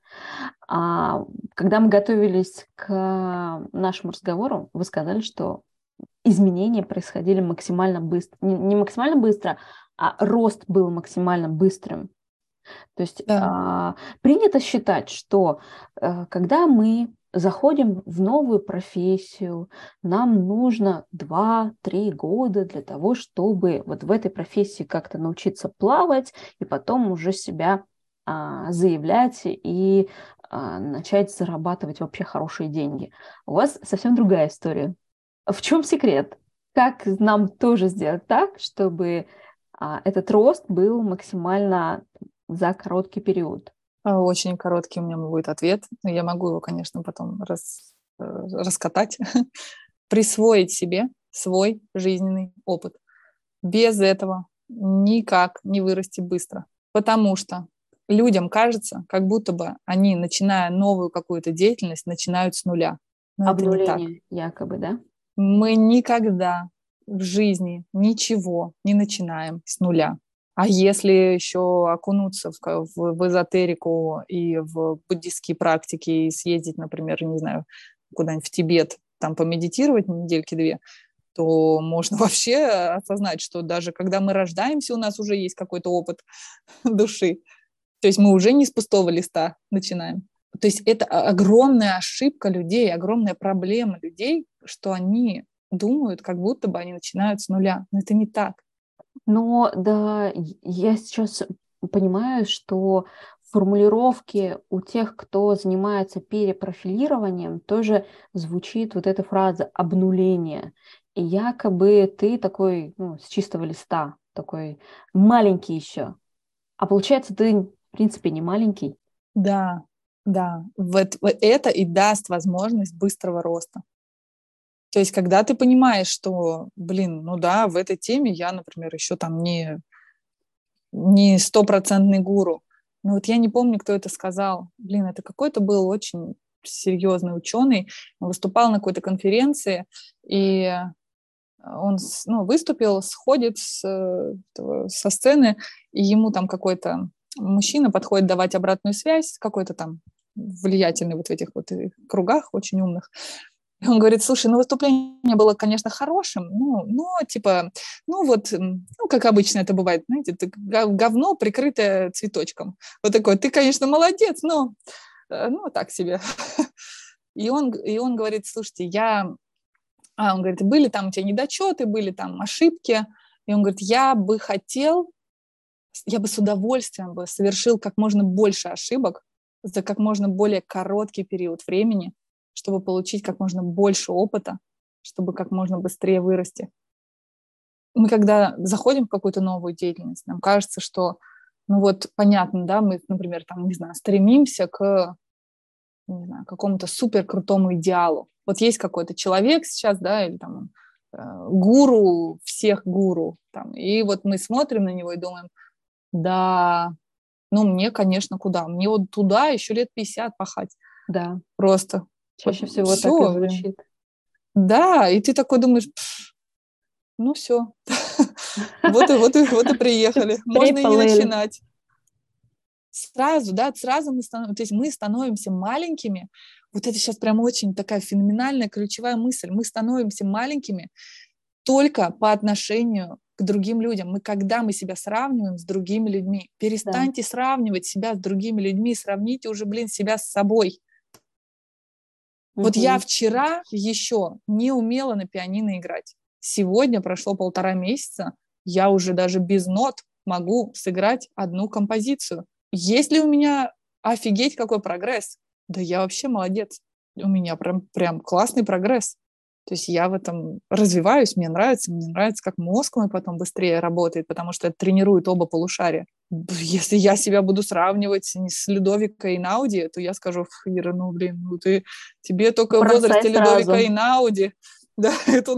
Когда мы готовились к нашему разговору, вы сказали, что изменения происходили максимально быстро. Не максимально быстро, а рост был максимально быстрым. То есть Да. принято считать, что когда мы заходим в новую профессию, нам нужно 2-3 года для того, чтобы вот в этой профессии как-то научиться плавать и потом уже себя заявлять и начать зарабатывать вообще хорошие деньги. У вас совсем другая история. В чем секрет? Как нам тоже сделать так, чтобы этот рост был максимально за короткий период? Очень короткий у меня будет ответ. Но я могу его, конечно, потом раскатать. Присвоить себе свой жизненный опыт. Без этого никак не вырасти быстро. Потому что людям кажется, как будто бы они, начиная новую какую-то деятельность, начинают с нуля. Но это не так. Обнуление якобы, да? Мы никогда в жизни ничего не начинаем с нуля. А если еще окунуться в эзотерику и в буддистские практики и съездить, например, не знаю, куда-нибудь в Тибет, там помедитировать недельки-две, то можно вообще осознать, что даже когда мы рождаемся, у нас уже есть какой-то опыт души. То есть мы уже не с пустого листа начинаем. То есть это огромная ошибка людей, огромная проблема людей, что они думают, как будто бы они начинают с нуля. Но это не так. Но да, я сейчас понимаю, что формулировки у тех, кто занимается перепрофилированием, тоже звучит вот эта фраза «обнуление». И якобы ты такой, ну, с чистого листа, такой маленький еще. А получается, ты, в принципе, не маленький. Да, да. Вот это и даст возможность быстрого роста. То есть когда ты понимаешь, что, блин, ну да, в этой теме я, например, еще там не стопроцентный гуру. Но вот я не помню, кто это сказал. Блин, это какой-то был очень серьезный ученый. Он выступал на какой-то конференции, и он выступил, сходит со сцены, и ему там какой-то мужчина подходит давать обратную связь, какой-то там влиятельный вот в этих вот кругах очень умных. И он говорит: слушай, ну выступление было, конечно, хорошим, но типа, ну вот, ну как обычно это бывает, знаете, говно, прикрытое цветочком. Вот такой, ты, конечно, молодец, но ну так себе. И он говорит: слушайте, он говорит, были там у тебя недочеты, были там ошибки. И он говорит, я бы с удовольствием бы совершил как можно больше ошибок за как можно более короткий период времени, чтобы получить как можно больше опыта, чтобы как можно быстрее вырасти. Мы когда заходим в какую-то новую деятельность, нам кажется, что, ну вот, понятно, да, мы, например, там, не знаю, стремимся к, не знаю, какому-то супер крутому идеалу. Вот есть какой-то человек сейчас, да, или там гуру всех гуру, там, и вот мы смотрим на него и думаем, да, ну мне, конечно, куда? Мне вот туда еще лет 50 пахать. Да. Просто. Чаще всего Все, так и звучит. Да, и ты такой думаешь, ну все, вот и приехали, можно и не начинать. Сразу, да, сразу то есть мы становимся маленькими. Вот это сейчас прям очень такая феноменальная ключевая мысль. Мы становимся маленькими только по отношению к другим людям. Когда мы себя сравниваем с другими людьми, перестаньте сравнивать себя с другими людьми, сравните уже, себя с собой. Вот я вчера еще не умела на пианино играть. Сегодня прошло 1,5 месяца, я уже даже без нот могу сыграть одну композицию. Есть ли у меня офигеть какой прогресс? Да я вообще молодец. У меня прям классный прогресс. То есть я в этом развиваюсь, мне нравится, как мозг мой потом быстрее работает, потому что это тренирует оба полушария. Если я себя буду сравнивать с Людовико Эйнауди, то я скажу, Ира, тебе только в возрасте Людовико Эйнауди, да, это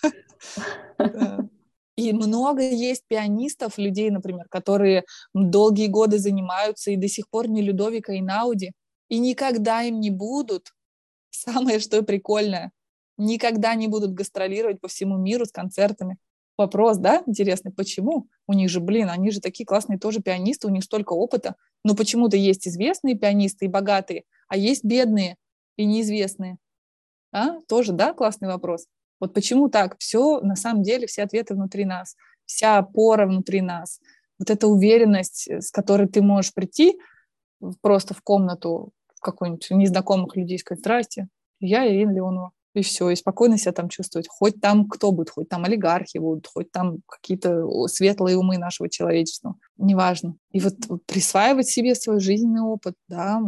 да. И много есть пианистов, людей, например, которые долгие годы занимаются и до сих пор не Людовико Эйнауди, и никогда им не будут. Самое, что прикольное, никогда не будут гастролировать по всему миру с концертами. Вопрос, да, интересный, почему? У них же, они же такие классные тоже пианисты, у них столько опыта, но почему-то есть известные пианисты и богатые, а есть бедные и неизвестные. Тоже, да, классный вопрос. Вот почему так? Все, на самом деле, все ответы внутри нас, вся опора внутри нас. Вот эта уверенность, с которой ты можешь прийти просто в комнату в какой-нибудь незнакомых людей, сказать, здрасте, я Ирина Леонова. И все, и спокойно себя там чувствовать. Хоть там кто будет, хоть там олигархи будут, хоть там какие-то светлые умы нашего человечества. Неважно. И вот присваивать себе свой жизненный опыт. Да,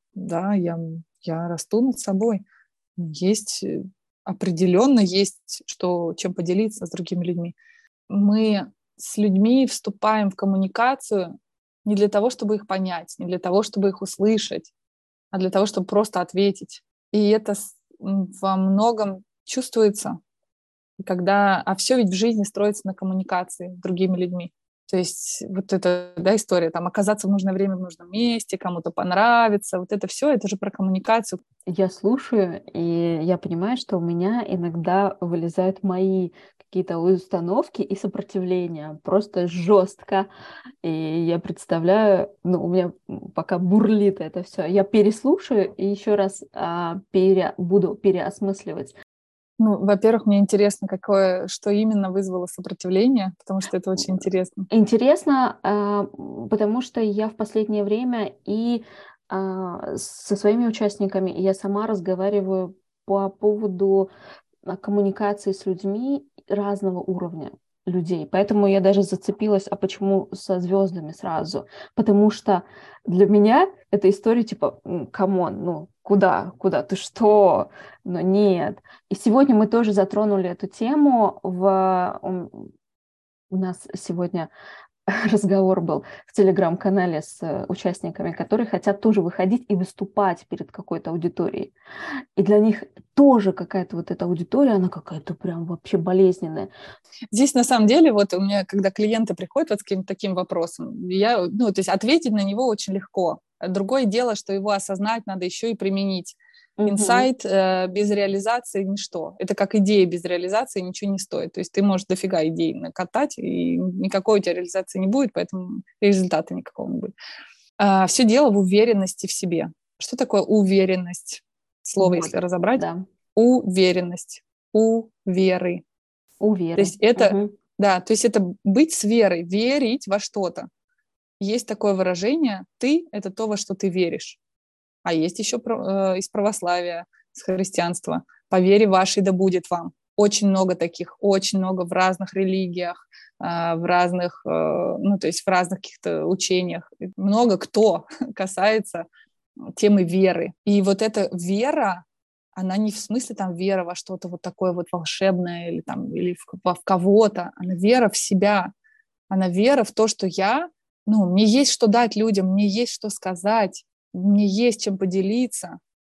я расту над собой. Определенно есть чем поделиться с другими людьми. Мы с людьми вступаем в коммуникацию не для того, чтобы их понять, не для того, чтобы их услышать, а для того, чтобы просто ответить. И это во многом чувствуется, а все ведь в жизни строится на коммуникации с другими людьми. То есть вот эта, да, история, там, оказаться в нужное время в нужном месте, кому-то понравится, вот это все, это же про коммуникацию. Я слушаю, и я понимаю, что у меня иногда вылезают мои какие-то установки и сопротивления просто жестко. И я представляю, у меня пока бурлит это все. Я переслушаю и еще раз буду переосмысливать. Во-первых, мне интересно, что именно вызвало сопротивление, потому что это очень интересно. Интересно, потому что я в последнее время и со своими участниками, и я сама разговариваю по поводу коммуникации с людьми разного уровня людей. Поэтому я даже зацепилась, а почему со звездами сразу? Потому что для меня эта история типа, камон, куда, ты что? Но нет. И сегодня мы тоже затронули эту тему. У нас сегодня разговор был в телеграм-канале с участниками, которые хотят тоже выходить и выступать перед какой-то аудиторией. И для них тоже какая-то вот эта аудитория, она какая-то прям вообще болезненная. Здесь на самом деле, вот у меня, когда клиенты приходят вот с каким-то таким вопросом, то есть ответить на него очень легко. Другое дело, что его осознать надо еще и применить. Инсайт без реализации – ничто. Это как идея без реализации ничего не стоит. То есть ты можешь дофига идей накатать, и никакой у тебя реализации не будет, поэтому результата никакого не будет. Все дело в уверенности в себе. Что такое уверенность? Слово, если разобрать. Да. Уверенность. У веры. У веры. То есть это, да, то есть это быть с верой, верить во что-то. Есть такое выражение «ты» — это то, во что ты веришь. А есть еще из православия, из христианства «по вере вашей да будет вам». Очень много таких, очень много в разных религиях, в разных, то есть в разных каких-то учениях. Много кто касается темы веры. И вот эта вера, она не в смысле там вера во что-то вот такое вот волшебное или в кого-то. Она вера в себя. Она вера в то, что мне есть что дать людям, мне есть что сказать, мне есть чем поделиться.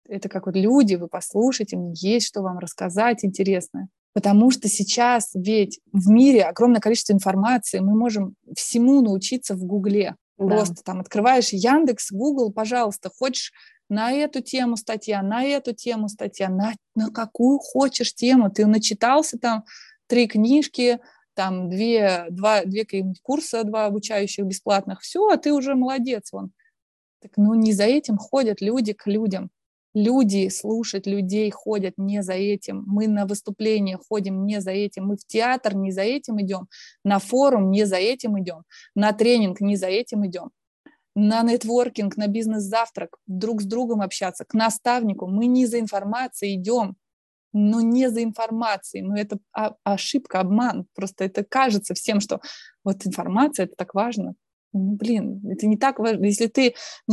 Это как вот люди, вы послушайте, мне есть что вам рассказать интересное. Потому что сейчас ведь в мире огромное количество информации, мы можем всему научиться в Гугле. Да. Просто там открываешь Яндекс, Google, пожалуйста, хочешь на эту тему статья, на эту тему статья, на какую хочешь тему. Ты начитался там 3 книжки, там 2 курса, 2 обучающих бесплатных. Все, а ты уже молодец. Вон. Так, ну, не за этим ходят люди к людям. Люди слушать людей ходят не за этим. Мы на выступления ходим не за этим. Мы в театр не за этим идем. На форум не за этим идем. На тренинг не за этим идем. На нетворкинг, на бизнес-завтрак, друг с другом общаться, к наставнику. Мы не за информацией идем, но не за информацией. Но это ошибка, обман. Просто это кажется всем, что вот информация – это так важно. Ну, блин, это не так важно. Если ты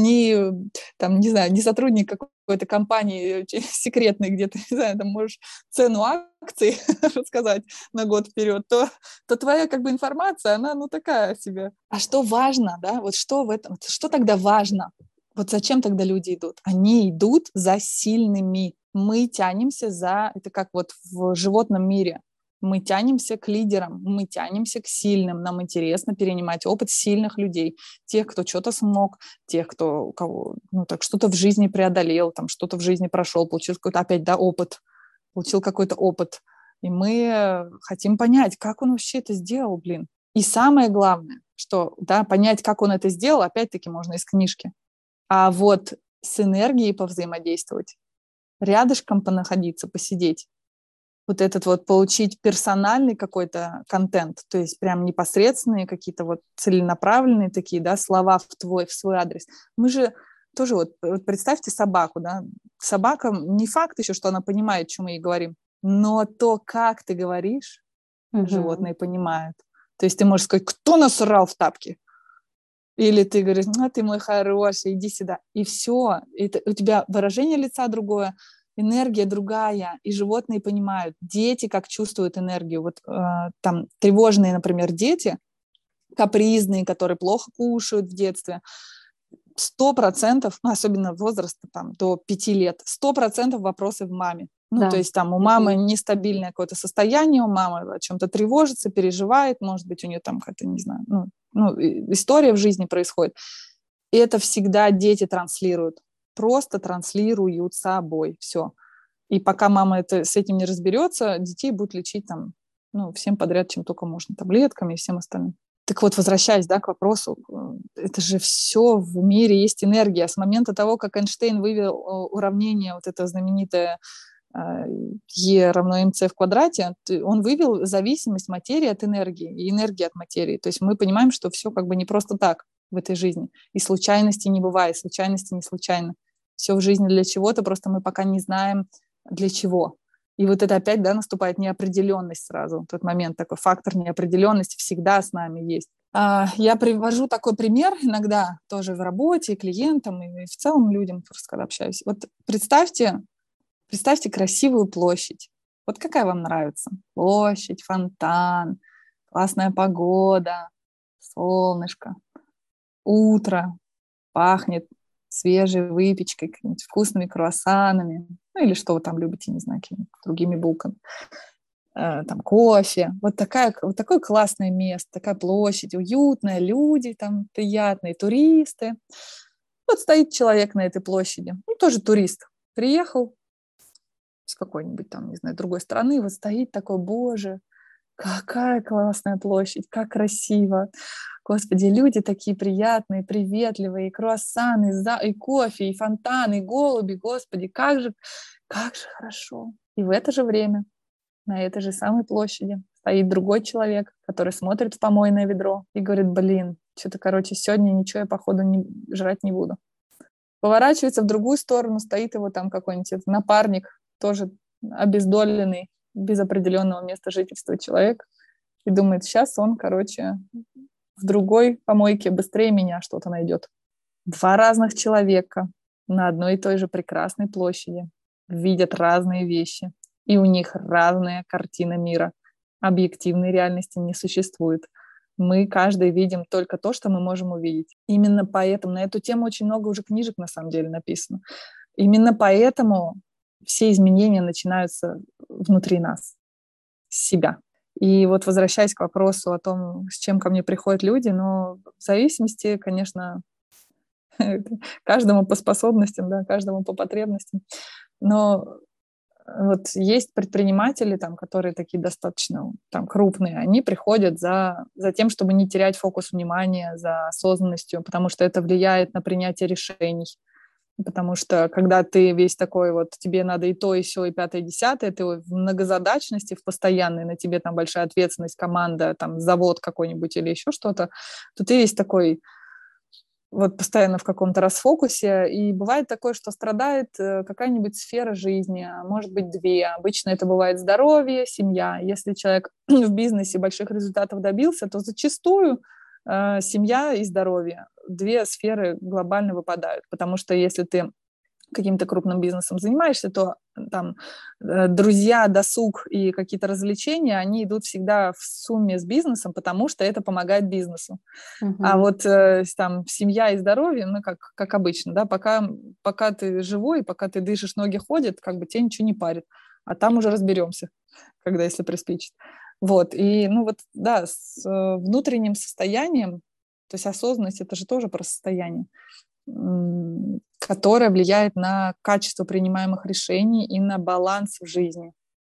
не сотрудник какой-то компании секретной, где ты, не знаю, там можешь цену акций рассказать на год вперед, то твоя как бы информация, она такая себе. А что важно, да? Вот что в этом? Что тогда важно? Вот зачем тогда люди идут? Они идут за сильными. Мы тянемся это как вот в животном мире. Мы тянемся к лидерам, мы тянемся к сильным. Нам интересно перенимать опыт сильных людей, тех, кто что-то смог, тех, кто что-то в жизни преодолел, там, что-то в жизни прошел, получил какой-то опыт, получил какой-то опыт. И мы хотим понять, как он вообще это сделал, блин. И самое главное, что понять, как он это сделал, опять-таки можно из книжки. А вот с энергией повзаимодействовать, рядышком понаходиться, посидеть, вот этот вот получить персональный какой-то контент, то есть прям непосредственные какие-то вот целенаправленные такие, слова в свой адрес. Мы же тоже вот представьте собаку, собака, не факт еще, что она понимает, что мы ей говорим, но то, как ты говоришь, животные понимают. То есть ты можешь сказать, кто насрал в тапки? Или ты говоришь, ты мой хороший, иди сюда. И все, это, у тебя выражение лица другое, энергия другая, и животные понимают. Дети как чувствуют энергию. Вот там тревожные, например, дети, капризные, которые плохо кушают в детстве, 100%, особенно возраста до 5 лет, 100% вопросы в маме. То есть там у мамы нестабильное какое-то состояние, у мамы о чем-то тревожится, переживает, может быть, у нее там какая-то, не знаю, история в жизни происходит. И это всегда дети транслируют. Просто транслируют собой. Все. И пока мама с этим не разберется, детей будут лечить всем подряд, чем только можно, таблетками и всем остальным. Так вот, возвращаясь, к вопросу, это же все в мире есть энергия. С момента того, как Эйнштейн вывел уравнение, вот это знаменитое Е равно МЦ в квадрате, он вывел зависимость материи от энергии и энергии от материи. То есть мы понимаем, что все как бы не просто так в этой жизни. И случайностей не бывает, случайности не случайно. Все в жизни для чего-то, просто мы пока не знаем для чего. И вот это опять, наступает неопределенность сразу. Тот момент, такой фактор неопределенности всегда с нами есть. Я привожу такой пример иногда тоже в работе, и клиентам, и в целом людям, просто когда общаюсь. Вот представьте красивую площадь. Вот какая вам нравится? Площадь, фонтан, классная погода, солнышко, утро, пахнет свежей выпечкой, какими-нибудь вкусными круассанами, или что вы там любите, не знаю, какими-то другими булками, там кофе. Вот такое классное место, такая площадь, уютная, люди там приятные, туристы. Вот стоит человек на этой площади, тоже турист, приехал с какой-нибудь там, не знаю, другой страны, вот стоит такой, боже, какая классная площадь, как красиво. Господи, люди такие приятные, приветливые, и круассаны, и кофе, и фонтаны, и голуби, господи, как же хорошо. И в это же время на этой же самой площади стоит другой человек, который смотрит в помойное ведро и говорит, блин, что-то, сегодня ничего я, походу, жрать не буду. Поворачивается в другую сторону, стоит его там какой-нибудь напарник, тоже обездоленный, без определенного места жительства человек, и думает, сейчас он, в другой помойке быстрее меня что-то найдет. 2 разных человека на одной и той же прекрасной площади видят разные вещи, и у них разная картина мира. Объективной реальности не существует. Мы каждый видим только то, что мы можем увидеть. Именно поэтому на эту тему очень много уже книжек на самом деле написано. Именно поэтому все изменения начинаются внутри нас, с себя. И вот возвращаясь к вопросу о том, с чем ко мне приходят люди, но в зависимости, конечно, каждому по способностям, да, каждому по потребностям. Но вот есть предприниматели, там, которые такие достаточно там, крупные, они приходят за тем, чтобы не терять фокус внимания, за осознанностью, потому что это влияет на принятие решений. Потому что когда ты весь такой вот, тебе надо и то, и сё, и пятое, и десятое, ты в многозадачности, в постоянной, на тебе там большая ответственность, команда, там завод какой-нибудь или еще что-то, то ты весь такой вот постоянно в каком-то расфокусе, и бывает такое, что страдает какая-нибудь сфера жизни, а может быть, две. Обычно это бывает здоровье, семья. Если человек в бизнесе больших результатов добился, то зачастую семья и здоровье. Две сферы глобально выпадают, потому что если ты каким-то крупным бизнесом занимаешься, то там друзья, досуг и какие-то развлечения, они идут всегда в сумме с бизнесом, потому что это помогает бизнесу. А вот там семья и здоровье, ну, как обычно, да, пока ты живой, пока ты дышишь, ноги ходят, как бы тебя ничего не парит. А там уже разберемся, когда, если приспичит. Вот, и, ну, вот, да, с внутренним состоянием, то есть осознанность, это же тоже про состояние, которое влияет на качество принимаемых решений и на баланс в жизни.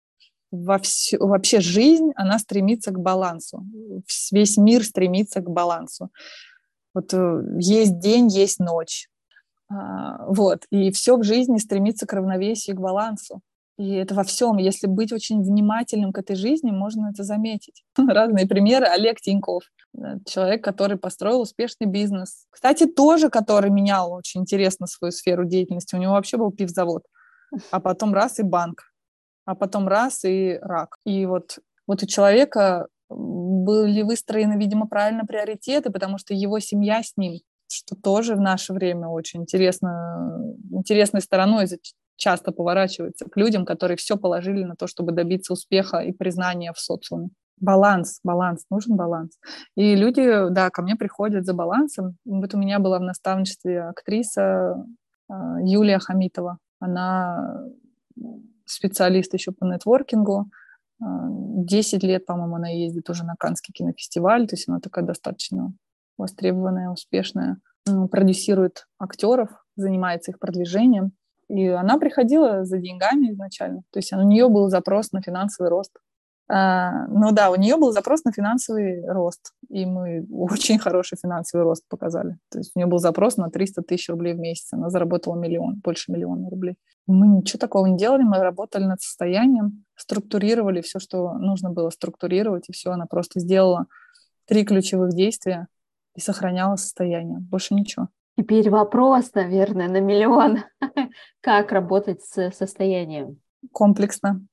Вообще жизнь, она стремится к балансу. Весь мир стремится к балансу. Вот есть день, есть ночь. Вот. И все в жизни стремится к равновесию, к балансу. И это во всем. Если быть очень внимательным к этой жизни, можно это заметить. Разные примеры. Олег Тиньков. Человек, который построил успешный бизнес. Кстати, тоже, который менял очень интересно свою сферу деятельности. У него вообще был пивзавод. А потом раз и банк. А потом раз и рак. И вот у человека были выстроены, видимо, правильно приоритеты, потому что его семья с ним, что тоже в наше время очень интересной стороной часто поворачивается к людям, которые все положили на то, чтобы добиться успеха и признания в социуме. Баланс, нужен баланс. И люди, да, ко мне приходят за балансом. Вот у меня была в наставничестве актриса Юлия Хамитова. Она специалист еще по нетворкингу. 10 лет, по-моему, она ездит уже на Каннский кинофестиваль, то есть она такая достаточно востребованная, успешная. Продюсирует актеров, занимается их продвижением. И она приходила за деньгами изначально. То есть у нее был запрос на финансовый рост. Ну да, у нее был запрос на финансовый рост. И мы очень хороший финансовый рост показали. То есть у нее был запрос на 300 тысяч рублей в месяц. Она заработала больше миллиона рублей. Мы ничего такого не делали, мы работали над состоянием, структурировали все, что нужно было структурировать, и все, она просто сделала 3 ключевых действия и сохраняла состояние. Больше ничего. Теперь вопрос, наверное, на миллион. Как работать с состоянием? Комплексно.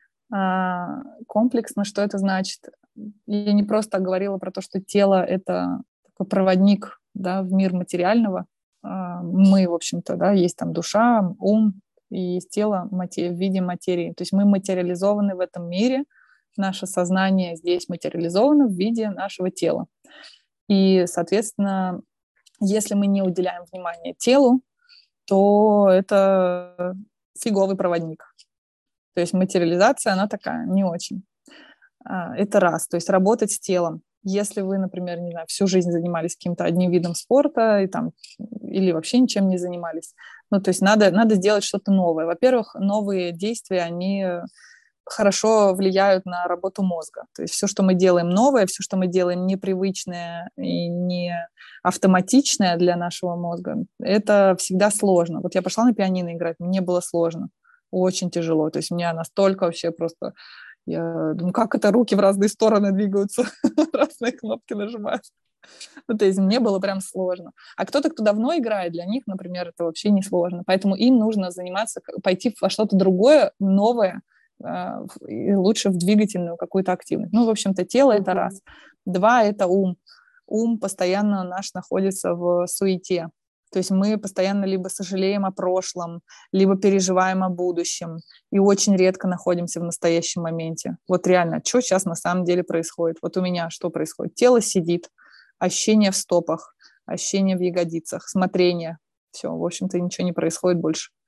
Комплексно, что это значит? Я не просто говорила про то, что тело — это такой проводник, да, в мир материального. Мы, в общем-то, да, есть там душа, ум, и есть тело в виде материи. То есть мы материализованы в этом мире, наше сознание здесь материализовано в виде нашего тела. И, соответственно, если мы не уделяем внимания телу, то это фиговый проводник. То есть материализация, она такая, не очень. Это раз. То есть работать с телом. Если вы, например, не знаю, всю жизнь занимались каким-то одним видом спорта или вообще ничем не занимались, ну, то есть надо сделать что-то новое. Во-первых, новые действия, они хорошо влияют на работу мозга. То есть все, что мы делаем новое, все, что мы делаем непривычное и не автоматичное для нашего мозга, это всегда сложно. Вот я пошла на пианино играть, мне было сложно, очень тяжело. То есть у меня настолько вообще просто... Я думаю, как это руки в разные стороны двигаются, разные кнопки нажимают. Ну, то есть мне было прям сложно. А кто-то, кто давно играет, для них, например, это вообще не сложно. Поэтому им нужно заниматься, пойти во что-то другое, новое, и лучше в двигательную какую-то активность. Ну, в общем-то, тело — это раз. Два — это ум. Ум постоянно наш находится в суете. То есть мы постоянно либо сожалеем о прошлом, либо переживаем о будущем, и очень редко находимся в настоящем моменте. Вот реально, что сейчас на самом деле происходит? Вот у меня что происходит? Тело сидит, ощущение в стопах, ощущение в ягодицах, смотрение. Все, в общем-то, ничего не происходит больше.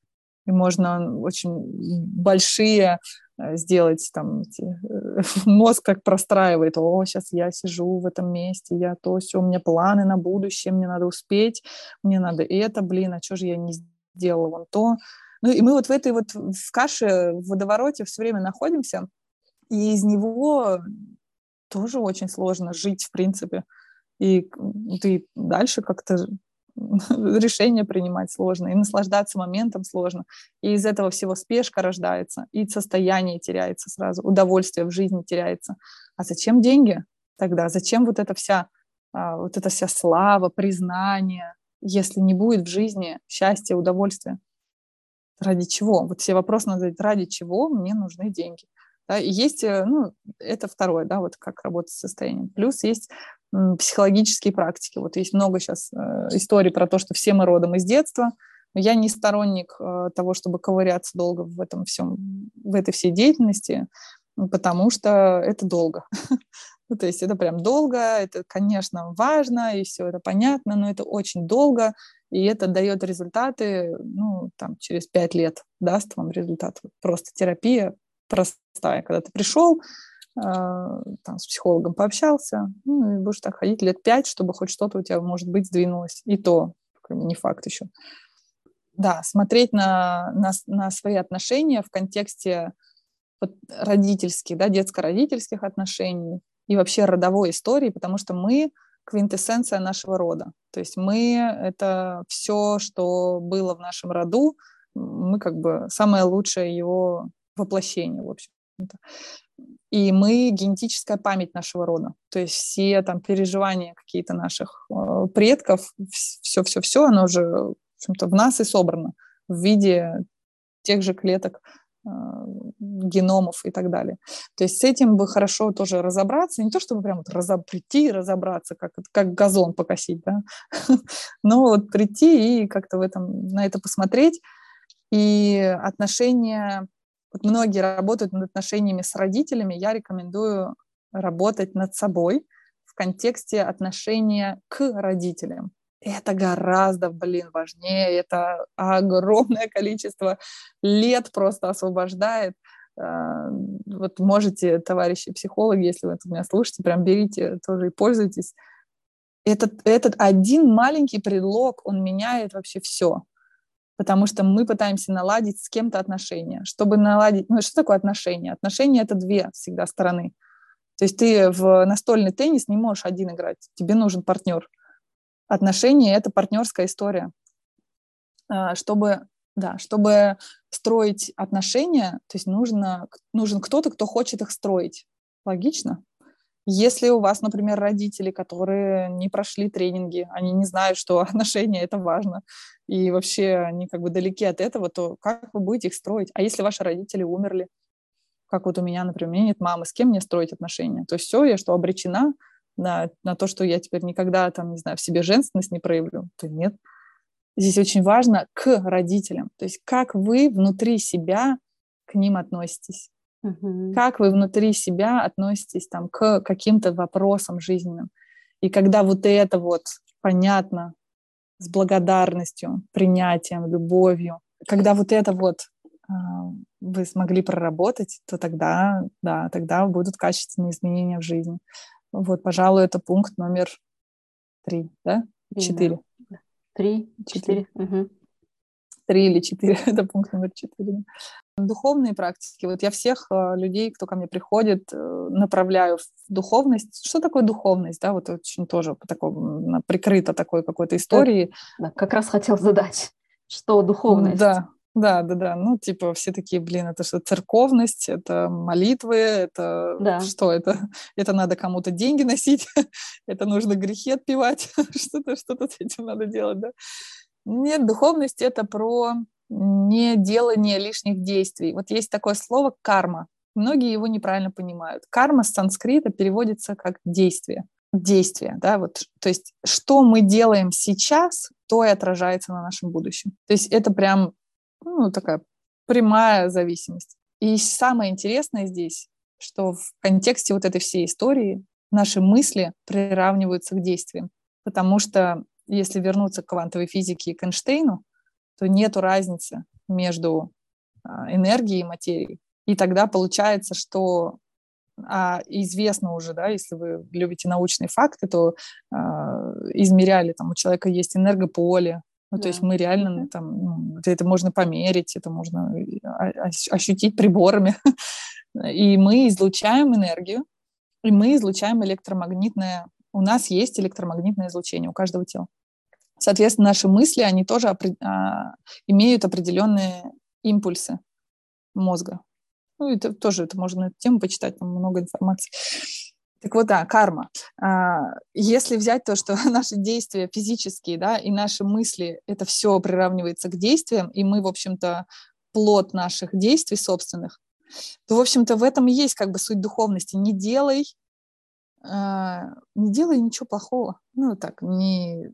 И можно очень большие сделать там, мозг как простраивает, сейчас я сижу в этом месте, я то, все, у меня планы на будущее, мне надо успеть, мне надо это, а что же я не сделала вон то. Ну, и мы вот в этой вот в каше, в водовороте все время находимся, и из него тоже очень сложно жить, в принципе. И ты дальше как-то решения принимать сложно, и наслаждаться моментом сложно. И из этого всего спешка рождается, и состояние теряется сразу, удовольствие в жизни теряется. А зачем деньги тогда? Зачем вот эта вся слава, признание, если не будет в жизни счастья, удовольствия? Ради чего? Вот все вопросы надо задать, ради чего мне нужны деньги? Да, и есть, это второе, да, вот как работать с состоянием. Плюс есть психологические практики. Вот есть много сейчас историй про то, что все мы родом из детства. Но я не сторонник того, чтобы ковыряться долго в этом всем, в этой всей деятельности, потому что это долго. Ну, то есть это прям долго, это, конечно, важно, и все это понятно, но это очень долго, и это дает результаты, там, через 5 лет даст вам результат. Просто терапия простая. Когда ты пришел, там, с психологом пообщался, и будешь так ходить лет 5, чтобы хоть что-то у тебя, может быть, сдвинулось. И то не факт еще. Да, смотреть на свои отношения в контексте родительских, да, детско-родительских отношений и вообще родовой истории, потому что мы квинтэссенция нашего рода. То есть мы — это все, что было в нашем роду, мы как бы самое лучшее его воплощение, в общем-то. И мы — генетическая память нашего рода. То есть все там переживания какие-то наших предков, все, оно же, в общем-то, в нас и собрано в виде тех же клеток, геномов и так далее. То есть с этим бы хорошо тоже разобраться. Не то, чтобы прям вот прийти и разобраться, как газон покосить, да? Но вот прийти и как-то на это посмотреть. И отношения... Вот многие работают над отношениями с родителями. Я рекомендую работать над собой в контексте отношения к родителям. Это гораздо, важнее. Это огромное количество лет просто освобождает. Вот можете, товарищи психологи, если вы меня слушаете, прям берите тоже и пользуйтесь. Этот один маленький предлог, он меняет вообще все. Потому что мы пытаемся наладить с кем-то отношения. Чтобы наладить... что такое отношения? Отношения — это две всегда стороны. То есть ты в настольный теннис не можешь один играть. Тебе нужен партнер. Отношения — это партнерская история. Чтобы строить отношения, то есть нужен кто-то, кто хочет их строить. Логично? Если у вас, например, родители, которые не прошли тренинги, они не знают, что отношения — это важно, и вообще они как бы далеки от этого, то как вы будете их строить? А если ваши родители умерли? Как вот у меня, например, у меня нет мамы, с кем мне строить отношения? То есть все, я что, обречена на то, что я теперь никогда, там, не знаю, в себе женственность не проявлю? То нет. Здесь очень важно к родителям. То есть как вы внутри себя к ним относитесь. Как вы внутри себя относитесь там, к каким-то вопросам жизненным. И когда вот это вот понятно, с благодарностью, принятием, любовью, когда вот это вот вы смогли проработать, то тогда будут качественные изменения в жизни. Вот, пожалуй, это пункт номер 3, да? 4. 3, 4. 3 или 4, это пункт номер 4. Духовные практики. Вот я всех людей, кто ко мне приходит, направляю в духовность. Что такое духовность? Да, вот очень тоже прикрыто такой какой-то историей. Да, как раз хотел задать, что духовность? Да. Ну, типа все такие, это что, церковность, это молитвы, это что это? Это надо кому-то деньги носить, это нужно грехи отпевать, что-то с этим надо делать, да? Нет, духовность — это про неделание лишних действий. Вот есть такое слово карма. Многие его неправильно понимают. Карма с санскрита переводится как действие. Действие, да, вот. То есть что мы делаем сейчас, то и отражается на нашем будущем. То есть это прям такая прямая зависимость. И самое интересное здесь, что в контексте вот этой всей истории наши мысли приравниваются к действиям. Потому что если вернуться к квантовой физике и к Эйнштейну, то нету разницы, между энергией и материей. И тогда получается, что известно уже, да, если вы любите научные факты, то измеряли, там у человека есть энергополе, ну, то есть мы реально там, это можно померить, это можно ощутить приборами, и мы излучаем энергию, и мы излучаем электромагнитное, у нас есть электромагнитное излучение у каждого тела. Соответственно, наши мысли, они тоже имеют определенные импульсы мозга. Ну, это тоже, это можно на эту тему почитать, там много информации. Так вот, да, карма. Если взять то, что наши действия физические, да, и наши мысли, это все приравнивается к действиям, и мы, в общем-то, плод наших действий собственных, то, в общем-то, в этом и есть как бы суть духовности. Не делай ничего плохого. Ну, так, не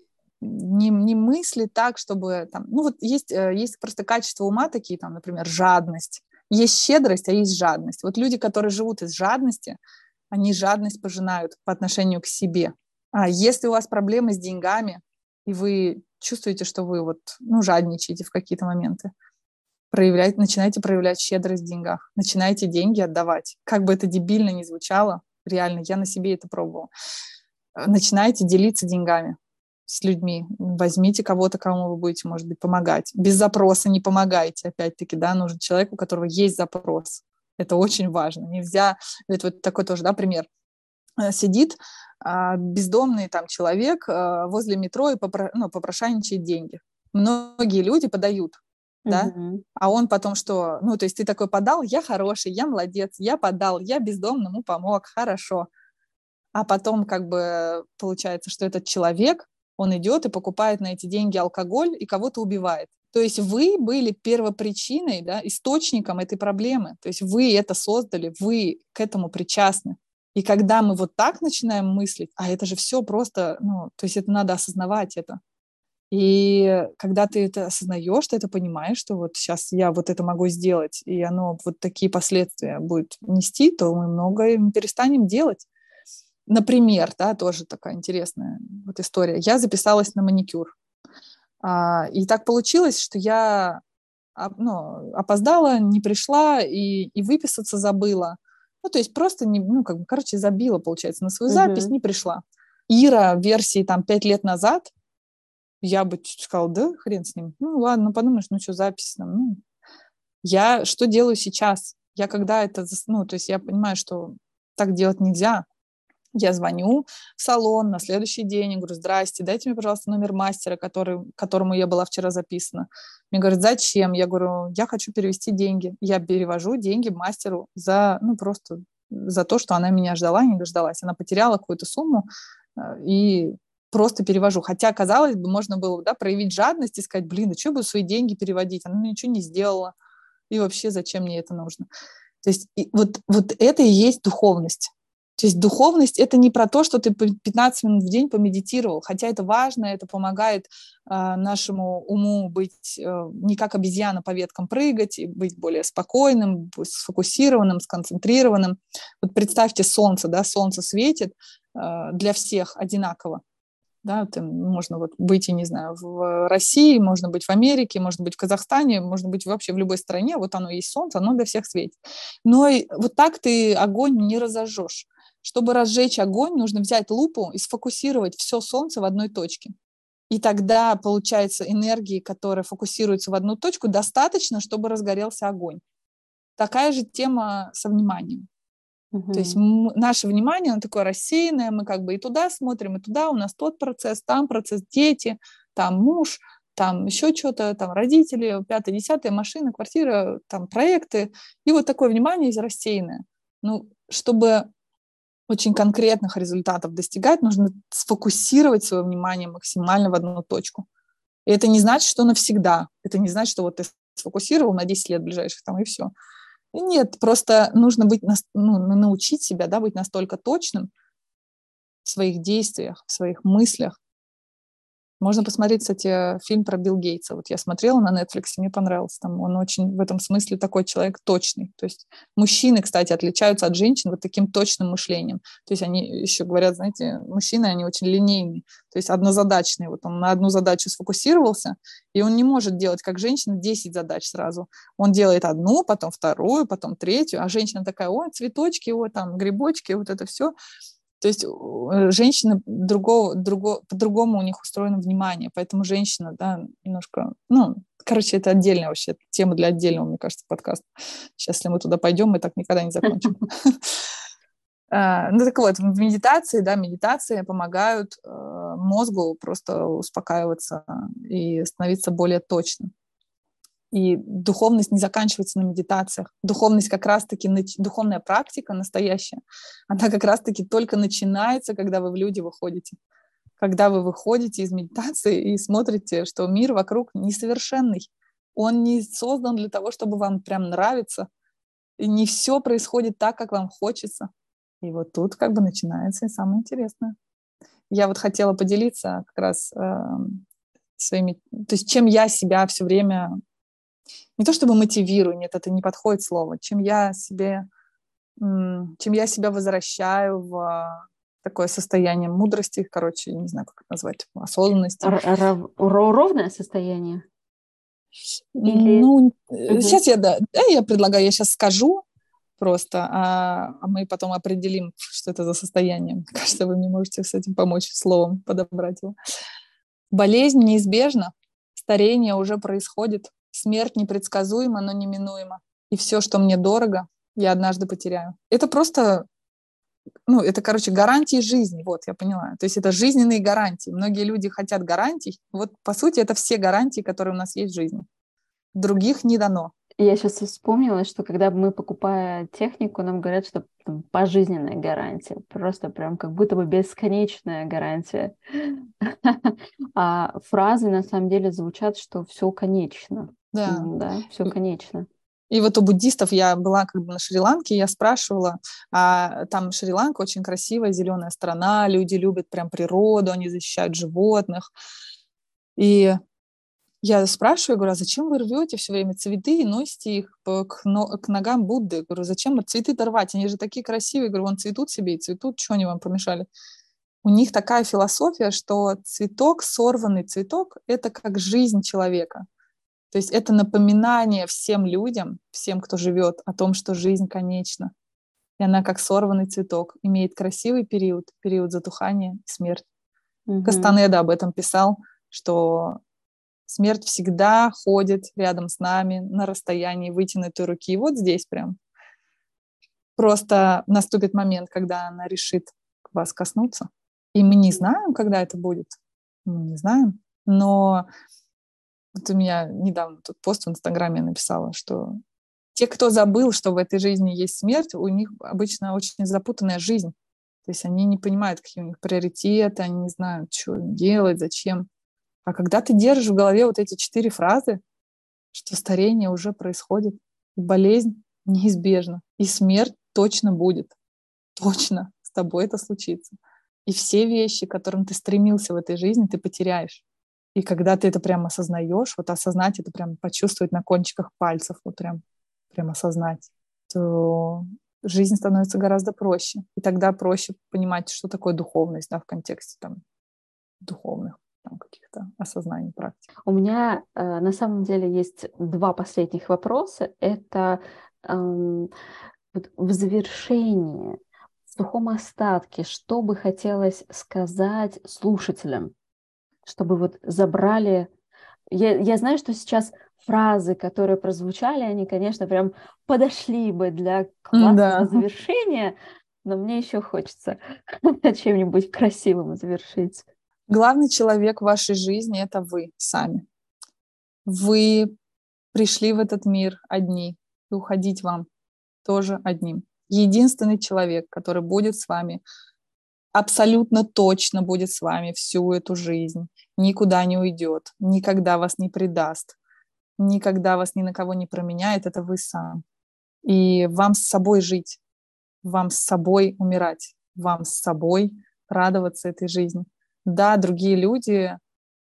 мысли так, чтобы там... Ну, вот есть просто качества ума такие, там, например, жадность. Есть щедрость, а есть жадность. Вот люди, которые живут из жадности, они жадность пожинают по отношению к себе. А если у вас проблемы с деньгами, и вы чувствуете, что вы вот, ну, жадничаете в какие-то моменты, начинайте проявлять щедрость в деньгах, начинайте деньги отдавать. Как бы это дебильно ни звучало, реально, я на себе это пробовала. Начинайте делиться деньгами с людьми. Возьмите кого-то, кому вы будете, может быть, помогать. Без запроса не помогайте. Опять-таки, да, нужен человек, у которого есть запрос. Это очень важно. Нельзя... Это вот такой тоже, да, пример. Сидит бездомный там человек возле метро и попрошайничает деньги. Многие люди подают, да, а он потом что? Ну, то есть ты такой подал, я хороший, я молодец, я подал, я бездомному помог, хорошо. А потом как бы получается, что этот человек, он идет и покупает на эти деньги алкоголь и кого-то убивает. То есть вы были первопричиной, да, источником этой проблемы. То есть вы это создали, вы к этому причастны. И когда мы вот так начинаем мыслить, а это же все просто, ну, то есть это надо осознавать это. И когда ты это осознаешь, ты это понимаешь, что вот сейчас я вот это могу сделать, и оно вот такие последствия будет нести, то мы многое перестанем делать. Например, да, тоже такая интересная вот история. Я записалась на маникюр. И так получилось, что я опоздала, не пришла и выписаться забыла. Ну, то есть просто, забила, получается, на свою запись, не пришла. Ира в версии там 5 лет назад, я бы сказала, да, хрен с ним. Ну, ладно, подумаешь, что запись там. Ну. Я что делаю сейчас? Я когда это, то есть я понимаю, что так делать нельзя. Я звоню в салон на следующий день, я говорю, здрасте, дайте мне, пожалуйста, номер мастера, которому я была вчера записана. Мне говорят, зачем? Я говорю, я хочу перевести деньги. Я перевожу деньги мастеру просто за то, что она меня ждала, не дождалась. Она потеряла какую-то сумму, и просто перевожу. Хотя, казалось бы, можно было, да, проявить жадность и сказать, а что я буду свои деньги переводить? Она ничего не сделала. И вообще, зачем мне это нужно? То есть вот это и есть духовность. То есть духовность – это не про то, что ты 15 минут в день помедитировал, хотя это важно, это помогает нашему уму быть не как обезьяна по веткам прыгать, и быть более спокойным, сфокусированным, сконцентрированным. Вот представьте солнце, да, солнце светит для всех одинаково. Да, можно вот быть, я не знаю, в России, можно быть в Америке, можно быть в Казахстане, можно быть вообще в любой стране, вот оно есть солнце, оно для всех светит. Но вот так ты огонь не разожжешь. Чтобы разжечь огонь, нужно взять лупу и сфокусировать все солнце в одной точке. И тогда, получается, энергии, которая фокусируется в одну точку, достаточно, чтобы разгорелся огонь. Такая же тема со вниманием. То есть наше внимание, оно такое рассеянное, мы как бы и туда смотрим, и туда, у нас тот процесс, там процесс, дети, там муж, там еще что-то, там родители, 5-е, 10-е, машина, квартира, там проекты. И вот такое внимание рассеянное. Чтобы очень конкретных результатов достигать, нужно сфокусировать свое внимание максимально в одну точку. И это не значит, что навсегда. Это не значит, что вот ты сфокусировал на 10 лет ближайших, там, и все. И нет, просто нужно быть, научить себя, да, быть настолько точным в своих действиях, в своих мыслях, Можно посмотреть, кстати, фильм про Билл Гейтса. Вот я смотрела на Netflix, мне понравился. Там он очень в этом смысле такой человек точный. То есть мужчины, кстати, отличаются от женщин вот таким точным мышлением. То есть они еще говорят, знаете, мужчины, они очень линейные, то есть однозадачные. Вот он на одну задачу сфокусировался, и он не может делать, как женщина, 10 задач сразу. Он делает одну, потом вторую, потом третью, а женщина такая: ой, цветочки, ой, там грибочки, вот это все. То есть женщины по-другому у них устроено внимание, поэтому женщина, да, немножко, ну, короче, это отдельная вообще тема для отдельного, мне кажется, подкаста. Сейчас, если мы туда пойдем, мы так никогда не закончим. Ну, так вот, в медитации, да, медитации помогают мозгу просто успокаиваться и становиться более точным. И духовность не заканчивается на медитациях. Духовность как раз-таки, духовная практика настоящая, она как раз-таки только начинается, когда вы в люди выходите. Когда вы выходите из медитации и смотрите, что мир вокруг несовершенный. Он не создан для того, чтобы вам прям нравиться. И не все происходит так, как вам хочется. И вот тут как бы начинается и самое интересное. Я вот хотела поделиться как раз своими... То есть чем я себя все время... Не то чтобы мотивирую, нет, это не подходит слово. Чем я себя возвращаю в такое состояние мудрости, короче, не знаю, как это назвать, осознанности. Ровное состояние? Или... Ну, сейчас я предлагаю, я сейчас скажу просто, а мы потом определим, что это за состояние. Мне кажется, вы мне можете с этим помочь словом подобрать его. Болезнь неизбежна, старение уже происходит, смерть непредсказуема, но неминуема. И все, что мне дорого, я однажды потеряю. Это просто, это, короче, гарантии жизни, вот, я поняла. То есть это жизненные гарантии. Многие люди хотят гарантий. Вот, по сути, это все гарантии, которые у нас есть в жизни. Других не дано. Я сейчас вспомнила, что когда мы, покупая технику, нам говорят, что там пожизненная гарантия. Просто прям как будто бы бесконечная гарантия. А фразы на самом деле звучат, что все конечно. Да. Да, все конечно. И вот у буддистов я была как бы на Шри-Ланке, я спрашивала, там Шри-Ланка очень красивая, зеленая страна, люди любят прям природу, они защищают животных. И я спрашиваю, говорю, а зачем вы рвете все время цветы и носите их к ногам Будды? Я говорю, зачем цветы-то рвать? Они же такие красивые. Я говорю, вон цветут себе и цветут, что они вам помешали? У них такая философия, что цветок, сорванный цветок, это как жизнь человека. То есть это напоминание всем людям, всем, кто живет, о том, что жизнь конечна. И она как сорванный цветок, имеет красивый период затухания и смерть. Кастанеда об этом писал, что смерть всегда ходит рядом с нами на расстоянии вытянутой руки. И вот здесь прям. Просто наступит момент, когда она решит вас коснуться. И мы не знаем, когда это будет. Мы не знаем. Но вот у меня недавно тут пост в Инстаграме написала, что те, кто забыл, что в этой жизни есть смерть, у них обычно очень запутанная жизнь. То есть они не понимают, какие у них приоритеты, они не знают, что делать, зачем. А когда ты держишь в голове вот эти 4 фразы, что старение уже происходит, и болезнь неизбежна, и смерть точно будет, точно с тобой это случится. И все вещи, к которым ты стремился в этой жизни, ты потеряешь. И когда ты это прям осознаешь, вот осознать это, прям почувствовать на кончиках пальцев, вот прям осознать, то жизнь становится гораздо проще. И тогда проще понимать, что такое духовность, да, в контексте там духовных каких-то осознаний, практик. У меня на самом деле есть 2 последних вопроса. Это вот в завершении, в сухом остатке, что бы хотелось сказать слушателям, чтобы вот забрали... Я знаю, что сейчас фразы, которые прозвучали, они, конечно, прям подошли бы для классного завершения, но мне еще хочется чем-нибудь красивым завершить. Главный человек в вашей жизни — это вы сами. Вы пришли в этот мир одни, и уходить вам тоже одним. Единственный человек, который будет с вами, абсолютно точно будет с вами всю эту жизнь, никуда не уйдет, никогда вас не предаст, никогда вас ни на кого не променяет, это вы сам. И вам с собой жить, вам с собой умирать, вам с собой радоваться этой жизни. Да, другие люди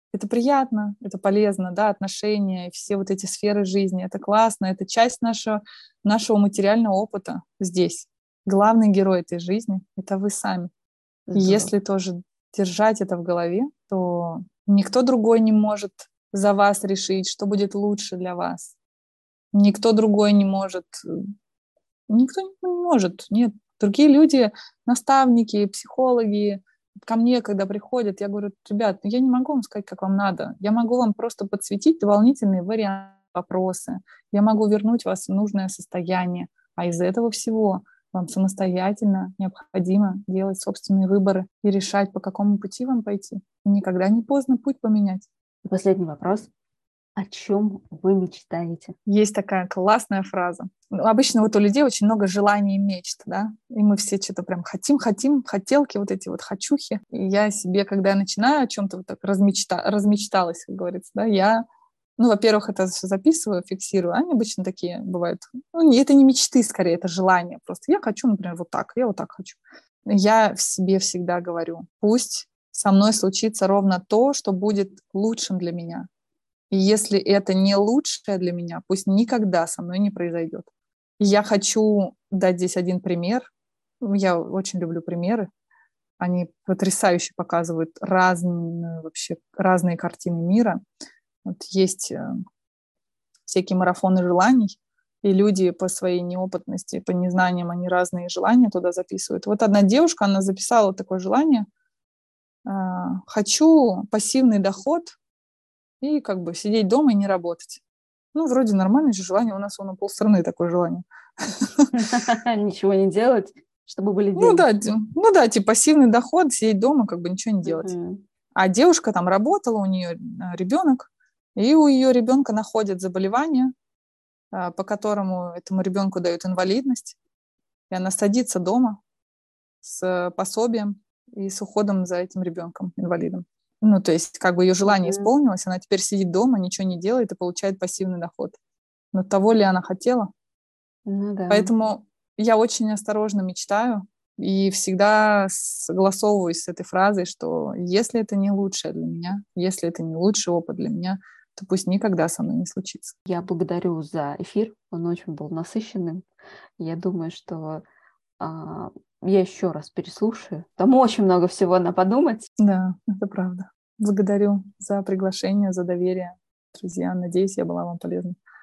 Это приятно, это полезно, да, отношения, все вот эти сферы жизни. Это классно, это часть нашего материального опыта здесь. Главный герой этой жизни — это вы сами. И Здорово. если тоже держать это в голове, то никто другой не может за вас решить, что будет лучше для вас. Никто другой не может, никто не может. Нет, другие люди, наставники, психологи, ко мне, когда приходят, я говорю: ребят, я не могу вам сказать, как вам надо. Я могу вам просто подсветить дополнительные варианты, вопросы. Я могу вернуть вас в нужное состояние. А из этого всего вам самостоятельно необходимо делать собственные выборы и решать, по какому пути вам пойти. И никогда не поздно путь поменять. И последний вопрос. О чем вы мечтаете? Есть такая классная фраза. Обычно вот у людей очень много желаний и мечт, да, и мы все что-то прям хотим, хотелки, вот эти вот хочухи. И я себе, когда я начинаю о чем-то вот так размечталась, как говорится, да, во-первых, это все записываю, фиксирую. Они обычно такие бывают. Это не мечты, скорее, это желание. Просто я хочу, например, вот так, я вот так хочу. Я в себе всегда говорю: пусть со мной случится ровно то, что будет лучшим для меня. И если это не лучшее для меня, пусть никогда со мной не произойдет. И я хочу дать здесь один пример. Я очень люблю примеры. Они потрясающе показывают разные картины мира. Вот есть всякие марафоны желаний, и люди по своей неопытности, по незнаниям, они разные желания туда записывают. Вот одна девушка, она записала такое желание: хочу пассивный доход и как бы сидеть дома и не работать. Вроде нормальное же желание, у нас полстраны такое желание. Ничего не делать, чтобы были Ну деньги. да, типа пассивный доход, сидеть дома, как бы ничего не делать. Мгм. А девушка там работала, у нее ребенок, и у ее ребенка находят заболевание, по которому этому ребенку дают инвалидность, и она садится дома с пособием и с уходом за этим ребенком, инвалидом. То есть как бы ее желание Мгм. исполнилось, она теперь сидит дома, ничего не делает и получает пассивный доход. Но того ли она хотела? Ну да. Поэтому я очень осторожно мечтаю и всегда согласовываюсь с этой фразой, что если это не лучшее для меня, если это не лучший опыт для меня, то пусть никогда со мной не случится. Я благодарю за эфир. Он очень был насыщенным. Я думаю, что а, я еще раз переслушаю. Там очень много всего на подумать. Да, это правда. Благодарю за приглашение, за доверие, друзья. Надеюсь, я была вам полезна.